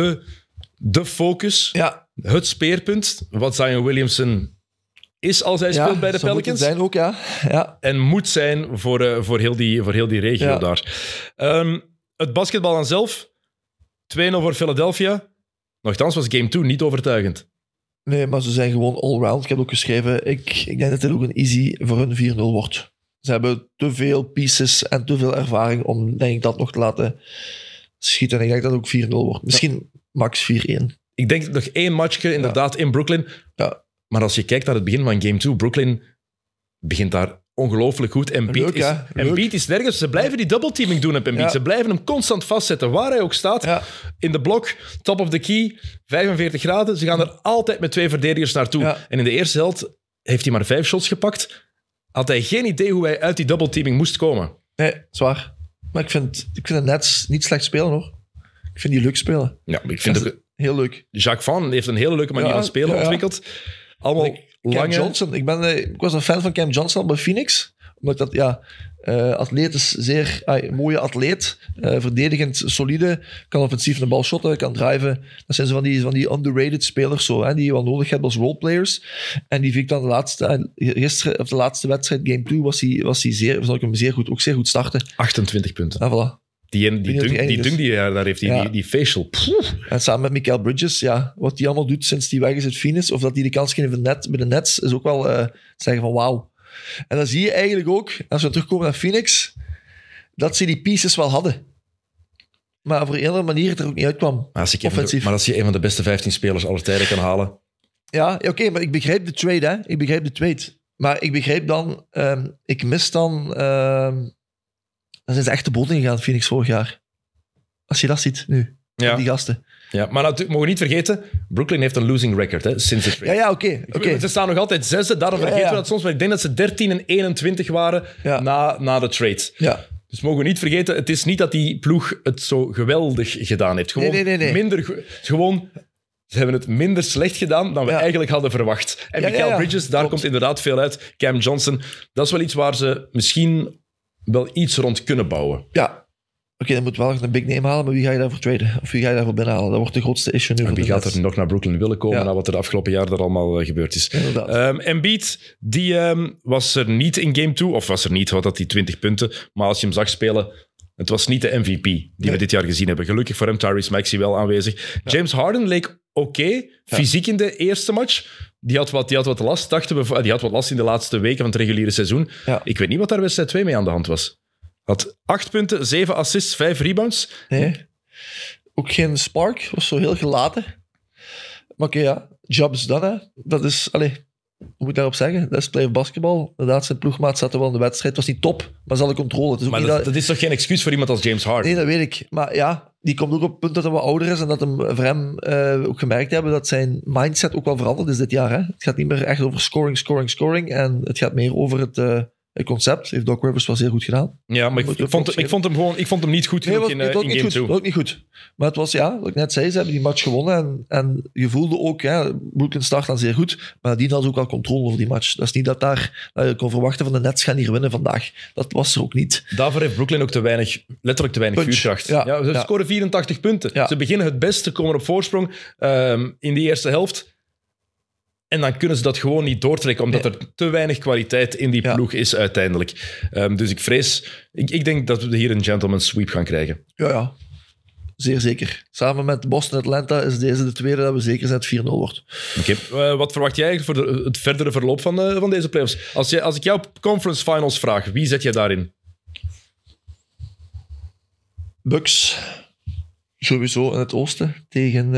De focus, het speerpunt, wat Zion Williamson is als hij speelt bij de Pelicans. Zijn ook, ja. En moet zijn voor heel die regio daar. Het basketbal aan zelf, 2-0 voor Philadelphia. Nochtans was Game 2 niet overtuigend. Nee, maar ze zijn gewoon all-round. Ik heb ook geschreven, ik denk dat het ook een easy voor hun 4-0 wordt. Ze hebben te veel pieces en te veel ervaring om, denk ik, dat nog te laten schieten. En ik denk dat het ook 4-0 wordt. Misschien max 4-1. Ik denk nog 1 matchje inderdaad in Brooklyn. Ja. Maar als je kijkt naar het begin van Game 2, Brooklyn begint daar ongelooflijk goed. Embiid is nergens. Ze blijven die double-teaming doen op Embiid. Ja. Ze blijven hem constant vastzetten, waar hij ook staat. Ja. In de blok, top of the key, 45 graden. Ze gaan er altijd met 2 verdedigers naartoe. Ja. En in de eerste helft heeft hij maar 5 shots gepakt. Had hij geen idee hoe hij uit die double-teaming moest komen. Nee, zwaar. Maar ik vind het Nets niet slecht spelen, hoor. Ik vind die leuk spelen. Ja, ik vind het heel leuk. Jacques Van heeft een hele leuke manier van spelen ontwikkeld. Allemaal Cam Johnson. Ik was een fan van Cam Johnson bij Phoenix. Omdat dat, atleet is zeer mooie atleet. Verdedigend, solide. Kan offensief de bal shotten, kan driven. Dat zijn zo van die underrated spelers zo, hè, die je wel nodig hebt als roleplayers. En die vind ik dan de laatste wedstrijd, Game 2, was hij zeer goed. Ook zeer goed starten. 28 punten. Ah, voilà. Die dunk die hij daar heeft, die facial. Pff. En samen met Mikal Bridges, wat die allemaal doet sinds die weg is uit Phoenix, of dat hij de kans geeft bij de Nets, is ook wel zeggen van wauw. En dan zie je eigenlijk ook, als we terugkomen naar Phoenix, dat ze die pieces wel hadden. Maar op een andere manier het er ook niet uitkwam. Maar als je een van de beste 15 spelers aller tijden kan halen... Ja, oké, maar ik begrijp de trade, hè. Ik begrijp de trade. Maar ik begrijp dan... ik mis dan... dan zijn ze echt de bodem gegaan, Phoenix, vorig jaar. Als je dat ziet, nu. Ja. Die gasten. Ja, maar natuurlijk, mogen we niet vergeten, Brooklyn heeft een losing record, hè, sinds het trade. Ja, oké. Ze staan nog altijd 6e, daarom vergeten we dat soms. Maar ik denk dat ze 13 en 21 waren na de trade. Ja. Dus mogen we niet vergeten, het is niet dat die ploeg het zo geweldig gedaan heeft. Gewoon nee. Gewoon... Ze hebben het minder slecht gedaan dan we eigenlijk hadden verwacht. En Mikal Bridges, daar komt inderdaad veel uit. Cam Johnson, dat is wel iets waar ze misschien wel iets rond kunnen bouwen. Ja. Oké, dan moet wel een big name halen, maar wie ga je daarvoor traden? Of wie ga je daarvoor binnenhalen? Dat wordt de grootste issue nu. En wie gaat er nog naar Brooklyn willen komen na wat er de afgelopen jaar er allemaal gebeurd is? Embiid, die was er niet in Game 2, of was er niet, had die 20 punten. Maar als je hem zag spelen, het was niet de MVP die we dit jaar gezien hebben. Gelukkig voor hem, Tyrese Maxey wel aanwezig. Ja. James Harden leek oké, fysiek in de eerste match. Die had wat last, dachten we. Die had wat last in de laatste weken van het reguliere seizoen. Ja. Ik weet niet wat daar wedstrijd 2 mee aan de hand was. Had 8 punten, 7 assists, 5 rebounds. Nee. Ook geen spark, was zo heel gelaten. Maar oké, job is done, hè. Dat is, hoe moet ik daarop zeggen? Dat is playoff basketbal. Inderdaad, zijn ploegmaat zat er wel in de wedstrijd. Het was niet top, maar ze hadden controle. Het is maar dat is toch geen excuus voor iemand als James Harden? Nee, dat weet ik. Maar die komt ook op het punt dat hij wat ouder is en dat hem voor hem ook gemerkt hebben dat zijn mindset ook wel veranderd is dit jaar. Hè? Het gaat niet meer echt over scoring. En het gaat meer over concept. Heeft Doc Rivers wel zeer goed gedaan. Ja, maar ik vond hem niet goed genoeg in game 2. Ook niet goed. Maar het was, wat ik net zei, ze hebben die match gewonnen. En je voelde ook, Brooklyn start dan zeer goed. Maar die hadden ook al controle over die match. Dat is niet dat je kon verwachten van de Nets gaan hier winnen vandaag. Dat was er ook niet. Daarvoor heeft Brooklyn ook letterlijk te weinig vuurkracht. Ja, ze scoren 84 punten. Ja. Ze beginnen het best, ze komen op voorsprong in die eerste helft. En dan kunnen ze dat gewoon niet doortrekken, omdat er te weinig kwaliteit in die ploeg is uiteindelijk. Dus ik vrees... Ik denk dat we hier een gentleman's sweep gaan krijgen. Ja. Zeer zeker. Samen met Boston-Atlanta is deze de tweede dat we zeker zijn het 4-0 wordt. Oké. Wat verwacht jij eigenlijk voor het verdere verloop van deze playoffs? Als ik jou conference finals vraag, wie zet jij daarin? Bucks. Sowieso in het oosten tegen...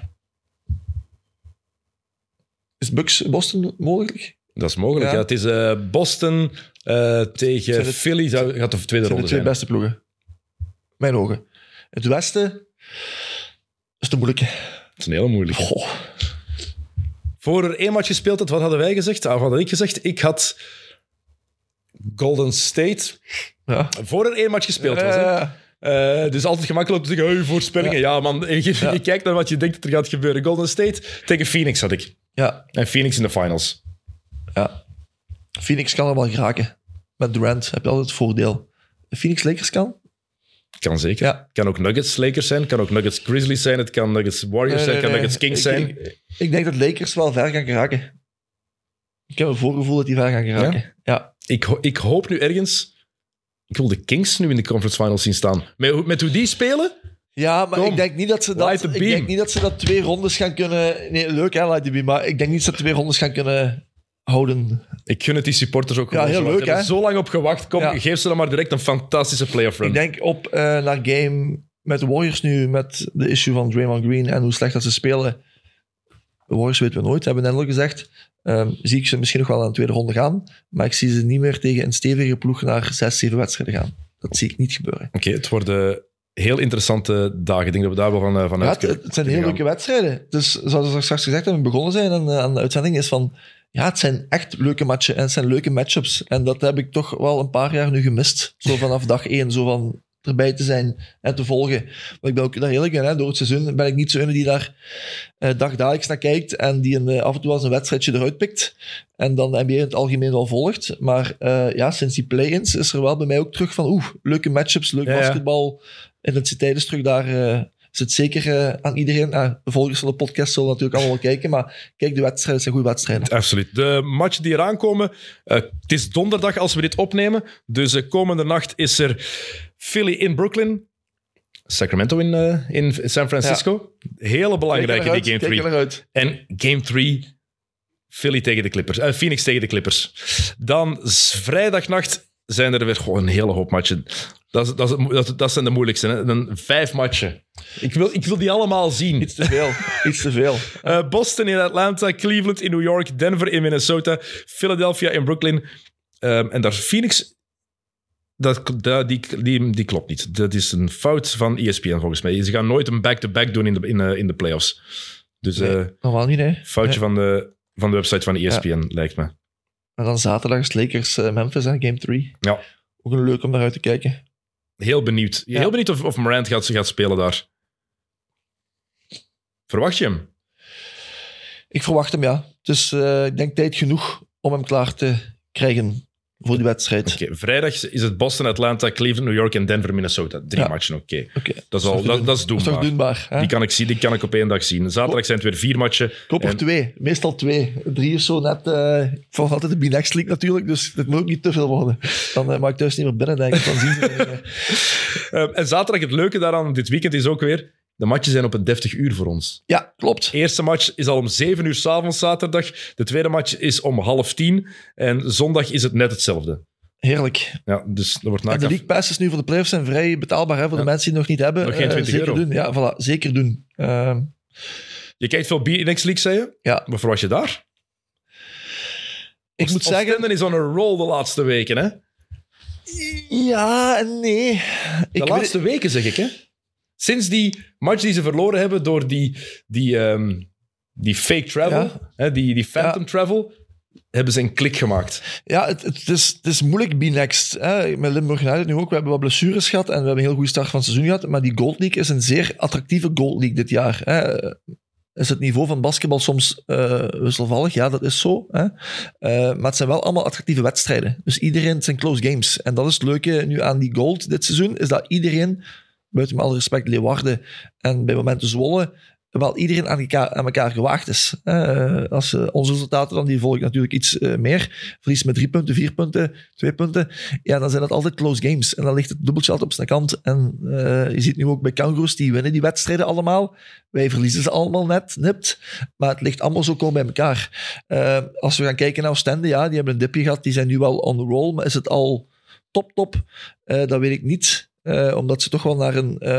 Is Bucks-Boston mogelijk? Dat is mogelijk, ja. Het is Boston tegen Philly. Gaat de tweede ronde zijn. De twee beste ploegen. Mijn ogen. Het westen is te moeilijk. Het is een hele moeilijke. Goh. Voor er 1 match gespeeld had, wat hadden wij gezegd? Wat had ik gezegd? Ik had Golden State. Ja. Voor er 1 match gespeeld was, hè? Dus altijd gemakkelijk om te zeggen, voorspellingen. Ja, man, je kijkt naar wat je denkt dat er gaat gebeuren. Golden State tegen Phoenix had ik. Ja. En Phoenix in de finals. Ja. Phoenix kan er wel geraken. Met Durant heb je altijd het voordeel. Phoenix Lakers kan? Kan zeker. Ja. Kan ook Nuggets Lakers zijn. Kan ook Nuggets Grizzlies zijn. Het kan Nuggets Warriors zijn. Kan Nuggets Kings zijn. Ik denk dat Lakers wel ver gaan geraken. Ik heb een voorgevoel dat die ver gaan geraken. Ja. Ik hoop nu ergens... Ik wil de Kings nu in de conference finals zien staan. Met hoe die spelen... Ja, maar ik denk niet dat ze dat 2 rondes gaan kunnen... Nee, leuk hè, Light the Beam, maar ik denk niet dat ze 2 rondes gaan kunnen houden. Ik gun het die supporters ook gewoon. Ja, heel leuk hè. Ze hebben zo lang op gewacht. Kom, geef ze dan maar direct een fantastische playoff run. Ik denk naar game met de Warriors nu, met de issue van Draymond Green en hoe slecht dat ze spelen. De Warriors weten we nooit, hebben we net al gezegd. Zie ik ze misschien nog wel aan de tweede ronde gaan, maar ik zie ze niet meer tegen een stevige ploeg naar 6-7 wedstrijden gaan. Dat zie ik niet gebeuren. Oké, het worden... heel interessante dagen. Ik denk dat we daar wel van uit kunnen. Het zijn heel leuke wedstrijden. Dus zoals we straks gezegd hebben, begonnen zijn aan de uitzending, is van... Ja, het zijn echt leuke matchen en het zijn leuke matchups. En dat heb ik toch wel een paar jaar nu gemist. Zo vanaf dag 1, zo van erbij te zijn en te volgen. Maar ik ben ook daar eerlijk in, hè. Door het seizoen ben ik niet zo een die daar dagdagelijks naar kijkt en die af en toe als een wedstrijdje eruit pikt. En dan de NBA in het algemeen wel volgt. Maar sinds die play-ins is er wel bij mij ook terug van leuke matchups, leuk basketbal. En het zit tijdens terug daar... is het zeker aan iedereen. De volgers van de podcast zullen natuurlijk allemaal wel kijken, maar kijk, de wedstrijden zijn goede wedstrijden. Absoluut. De matchen die eraan komen, het is donderdag als we dit opnemen, dus komende nacht is er Philly in Brooklyn, Sacramento in San Francisco. Ja. Hele belangrijke die Game 3. En Game 3, Philly tegen de Clippers. Phoenix tegen de Clippers. Dan vrijdag zijn er weer gewoon een hele hoop matchen. Dat zijn de moeilijkste. Hè? Dan 5 matchen. Ik wil die allemaal zien. Iets te veel. Boston in Atlanta, Cleveland in New York, Denver in Minnesota, Philadelphia in Brooklyn. En daar Phoenix... Die klopt niet. Dat is een fout van ESPN volgens mij. Ze gaan nooit een back-to-back doen in de playoffs. Dus normaal niet, hè? Foutje van de website van ESPN, lijkt me. En dan zaterdag is Lakers Memphis, Game 3. Ja. Ook een leuk om naar uit te kijken. Heel benieuwd. Ja. Heel benieuwd of Morant gaat spelen daar. Verwacht je hem? Ik verwacht hem, ja. Dus ik denk tijd genoeg om hem klaar te krijgen voor die wedstrijd. Oké. Vrijdag is het Boston, Atlanta, Cleveland, New York en Denver, Minnesota. 3 matchen, oké. Dat is doenbaar. Dat is toch doenbaar. Hè? Die kan ik op 1 dag zien. Zaterdag zijn het weer 4 matchen. Ik hoop er 2. Meestal 2. 3 is zo net... ik volg altijd de B-Next League natuurlijk, dus het moet ook niet te veel worden. Dan mag ik thuis niet meer binnen, denk ik. Dan zien ze en zaterdag, het leuke daaraan dit weekend is ook weer... De matchen zijn op een deftig uur voor ons. Ja, klopt. De eerste match is al om 7 uur 's avonds zaterdag. De tweede match is om 9:30. En zondag is het net hetzelfde. Heerlijk. Ja, dus dat wordt en de League Passes nu voor de playoffs zijn vrij betaalbaar, hè, voor de mensen die het nog niet hebben. Nog geen 20 zeker euro. Doen. Ja, voilà, zeker doen. Je kijkt veel B-Next League, zei je? Ja. Wat verwacht je daar? Ik moet zeggen... Oostende is on a roll de laatste weken, hè? Ja en nee. De laatste weken, zeg ik, hè? Sinds die match die ze verloren hebben door die fake travel, hè, die phantom travel, hebben ze een klik gemaakt? Ja, het is moeilijk be next. Hè. Met Limburg United nu ook. We hebben wat blessures gehad en we hebben een heel goede start van het seizoen gehad. Maar die Gold League is een zeer attractieve Gold League dit jaar. Hè. Is het niveau van basketbal soms wisselvallig? Ja, dat is zo. Hè. Maar het zijn wel allemaal attractieve wedstrijden. Dus iedereen, het zijn close games. En dat is het leuke nu aan die Gold dit seizoen, is dat iedereen, buiten met alle respect Leeuwarden en bij momenten Zwolle, wel iedereen aan elkaar gewaagd is. Als onze resultaten dan, die volgen natuurlijk iets meer. Verlies met 3 punten, 4 punten, 2 punten. Ja, dan zijn dat altijd close games. En dan ligt het dubbeltje altijd op zijn kant. En je ziet nu ook bij Kangaroos, die winnen die wedstrijden allemaal. Wij verliezen ze allemaal net, nipt. Maar het ligt allemaal zo koud bij elkaar. Als we gaan kijken naar Oostende, ja, die hebben een dipje gehad. Die zijn nu wel on the roll. Maar is het al top? Dat weet ik niet. Omdat ze toch wel naar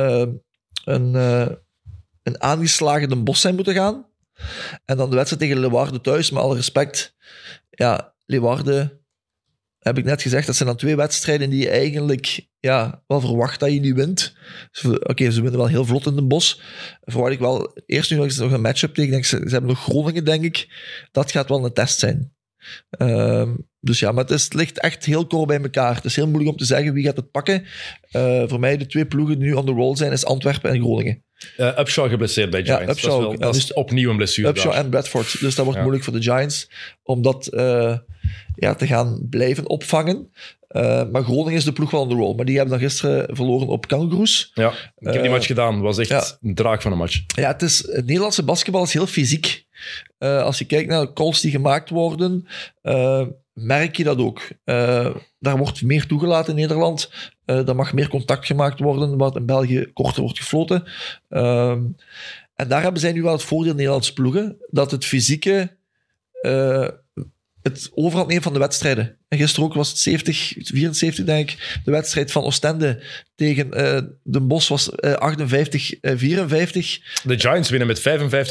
een aangeslagen Den Bosch zijn moeten gaan. En dan de wedstrijd tegen Leeuwarden thuis, met alle respect. Ja, Leeuwarden, heb ik net gezegd, dat zijn dan 2 wedstrijden die je eigenlijk wel verwacht dat je die wint. Oké, ze winnen wel heel vlot in Den Bosch. Verwacht ik wel, eerst nu nog een match-up tegen, denk, ze hebben nog Groningen, denk ik. Dat gaat wel een test zijn. Dus ja, maar het ligt echt heel kort bij elkaar. Het is heel moeilijk om te zeggen wie gaat het pakken. Voor mij de 2 ploegen die nu on the roll zijn, is Antwerpen en Groningen. Upshaw geblesseerd bij Giants. Ja, Upshaw, dat is opnieuw een blessure. Upshaw en Bradford. Dus dat wordt moeilijk voor de Giants om dat te gaan blijven opvangen. Maar Groningen is de ploeg wel on the roll. Maar die hebben dan gisteren verloren op Kangaroos. Ja, ik heb die match gedaan. Het was echt een draak van een match. Ja, het Nederlandse basketbal is heel fysiek. Als je kijkt naar de calls die gemaakt worden, merk je dat ook. Daar wordt meer toegelaten in Nederland. Daar mag meer contact gemaakt worden, wat in België korter wordt gefloten. En daar hebben zij nu wel het voordeel Nederlandse ploegen, dat het fysieke het overhand neemt van de wedstrijden. En gisteren ook was het 70-74, denk ik. De wedstrijd van Oostende tegen Den Bosch was 58-54. De Giants winnen met 55-54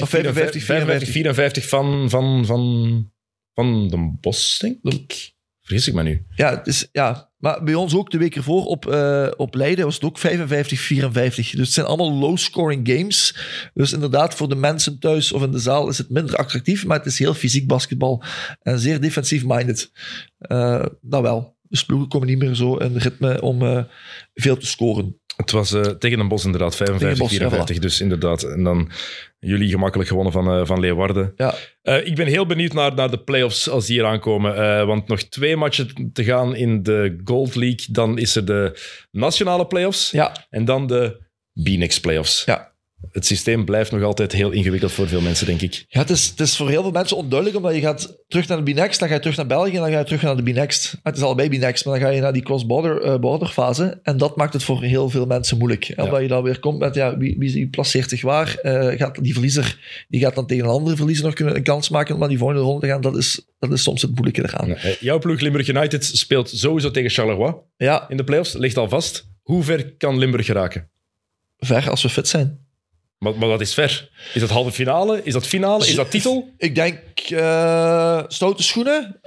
van Den Bosch, denk ik. Vergis ik me nu. Ja, maar bij ons ook de week ervoor op Leiden was het ook 55-54. Dus het zijn allemaal low-scoring games. Dus inderdaad, voor de mensen thuis of in de zaal is het minder attractief, maar het is heel fysiek basketbal en zeer defensief-minded. Dat wel. Dus ploegen komen niet meer zo in ritme om veel te scoren. Het was tegen Den Bosch inderdaad, 55-54. Dus inderdaad. En dan jullie gemakkelijk gewonnen van Leeuwarden. Ja. Ik ben heel benieuwd naar de playoffs als die hier aankomen. Want nog 2 matchen te gaan in de Gold League. Dan is er de nationale playoffs. Ja. En dan de B-Next playoffs. Ja. Het systeem blijft nog altijd heel ingewikkeld voor veel mensen, denk ik. Ja, het is voor heel veel mensen onduidelijk, omdat je gaat terug naar de B-Next, dan ga je terug naar België en dan ga je terug naar de B-Next. Het is allebei B-Next, maar dan ga je naar die cross-border fase. En dat maakt het voor heel veel mensen moeilijk. Ja. Omdat je dan weer komt met, wie placeert zich waar? Die verliezer die gaat dan tegen een andere verliezer nog een kans maken om naar die volgende ronde te gaan. Dat is soms het moeilijke eraan. Ja, jouw ploeg Limburg United speelt sowieso tegen Charleroi in de playoffs. Ligt al vast. Hoe ver kan Limburg geraken? Ver als we fit zijn. Maar dat is ver. Is dat halve finale? Is dat finale? Is dat titel? Ik denk stoute schoenen.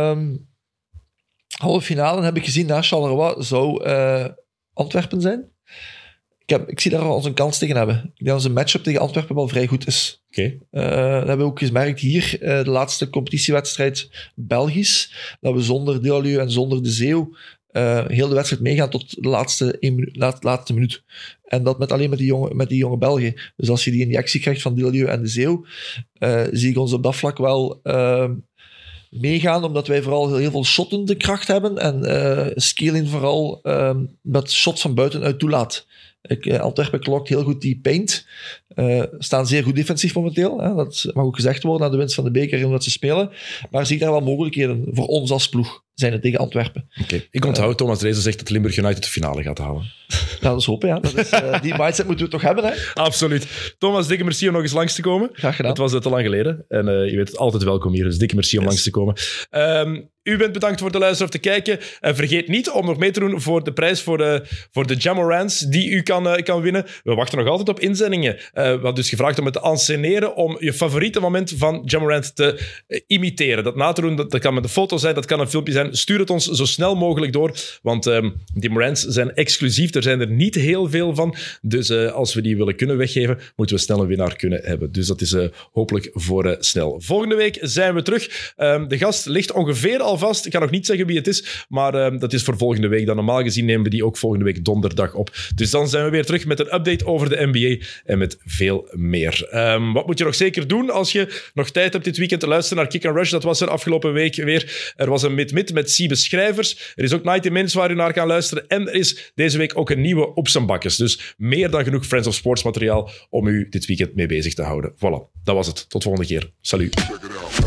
Halve finale heb ik gezien na Charleroi zou Antwerpen zijn. Ik zie daar al een kans tegen hebben. Ik denk dat onze matchup tegen Antwerpen wel vrij goed is. Okay. Dat hebben we ook gemerkt hier. De laatste competitiewedstrijd Belgisch. Dat we zonder Delalieu en zonder De Zeeuw heel de wedstrijd meegaan tot de laatste minuut. En dat alleen met die jonge Belgen. Dus als je die injectie krijgt van Delalieu en De Zeeuw, zie ik ons op dat vlak wel meegaan, omdat wij vooral heel veel shottende kracht hebben en Skelin vooral dat shots van buitenuit toelaat. Antwerpen klokt heel goed die paint. Staan zeer goed defensief momenteel. Hè? Dat mag ook gezegd worden na de winst van de beker en omdat ze spelen. Maar zie ik daar wel mogelijkheden voor ons als ploeg zijn het tegen Antwerpen. Okay. Ik onthoud Thomas Dreesen zegt dat Limburg United de finale gaat halen. Nou, dat is hopen, ja. Dat is, die mindset moeten we toch hebben, hè? Absoluut. Thomas, dikke merci om nog eens langs te komen. Graag gedaan. Het was te lang geleden. En je weet altijd welkom hier, dus dikke merci om langs te komen. U bent bedankt voor het luisteren of te kijken. En vergeet niet om nog mee te doen voor de prijs voor de Jamorants die u kan winnen. We wachten nog altijd op inzendingen. We hadden dus gevraagd om het te enceneren, om je favoriete moment van Jamorant te imiteren. Dat na te doen, dat kan met een foto zijn, dat kan een filmpje zijn. Stuur het ons zo snel mogelijk door, want die Morants zijn exclusief. Er zijn er niet heel veel van. Dus als we die willen kunnen weggeven, moeten we snel een winnaar kunnen hebben. Dus dat is hopelijk voor snel. Volgende week zijn we terug. De gast ligt ongeveer al vast. Ik kan nog niet zeggen wie het is, maar dat is voor volgende week. Dan normaal gezien nemen we die ook volgende week donderdag op. Dus dan zijn we weer terug met een update over de NBA en met veel meer. Wat moet je nog zeker doen als je nog tijd hebt dit weekend te luisteren naar Kick and Rush? Dat was er afgelopen week weer. Er was een mid-mid met Siebe Schrijvers. Er is ook 90 Minutes waar u naar kan luisteren. En er is deze week ook een nieuwe op zijn bakkes. Dus meer dan genoeg Friends of Sports materiaal om u dit weekend mee bezig te houden. Voilà, dat was het. Tot volgende keer. Salut.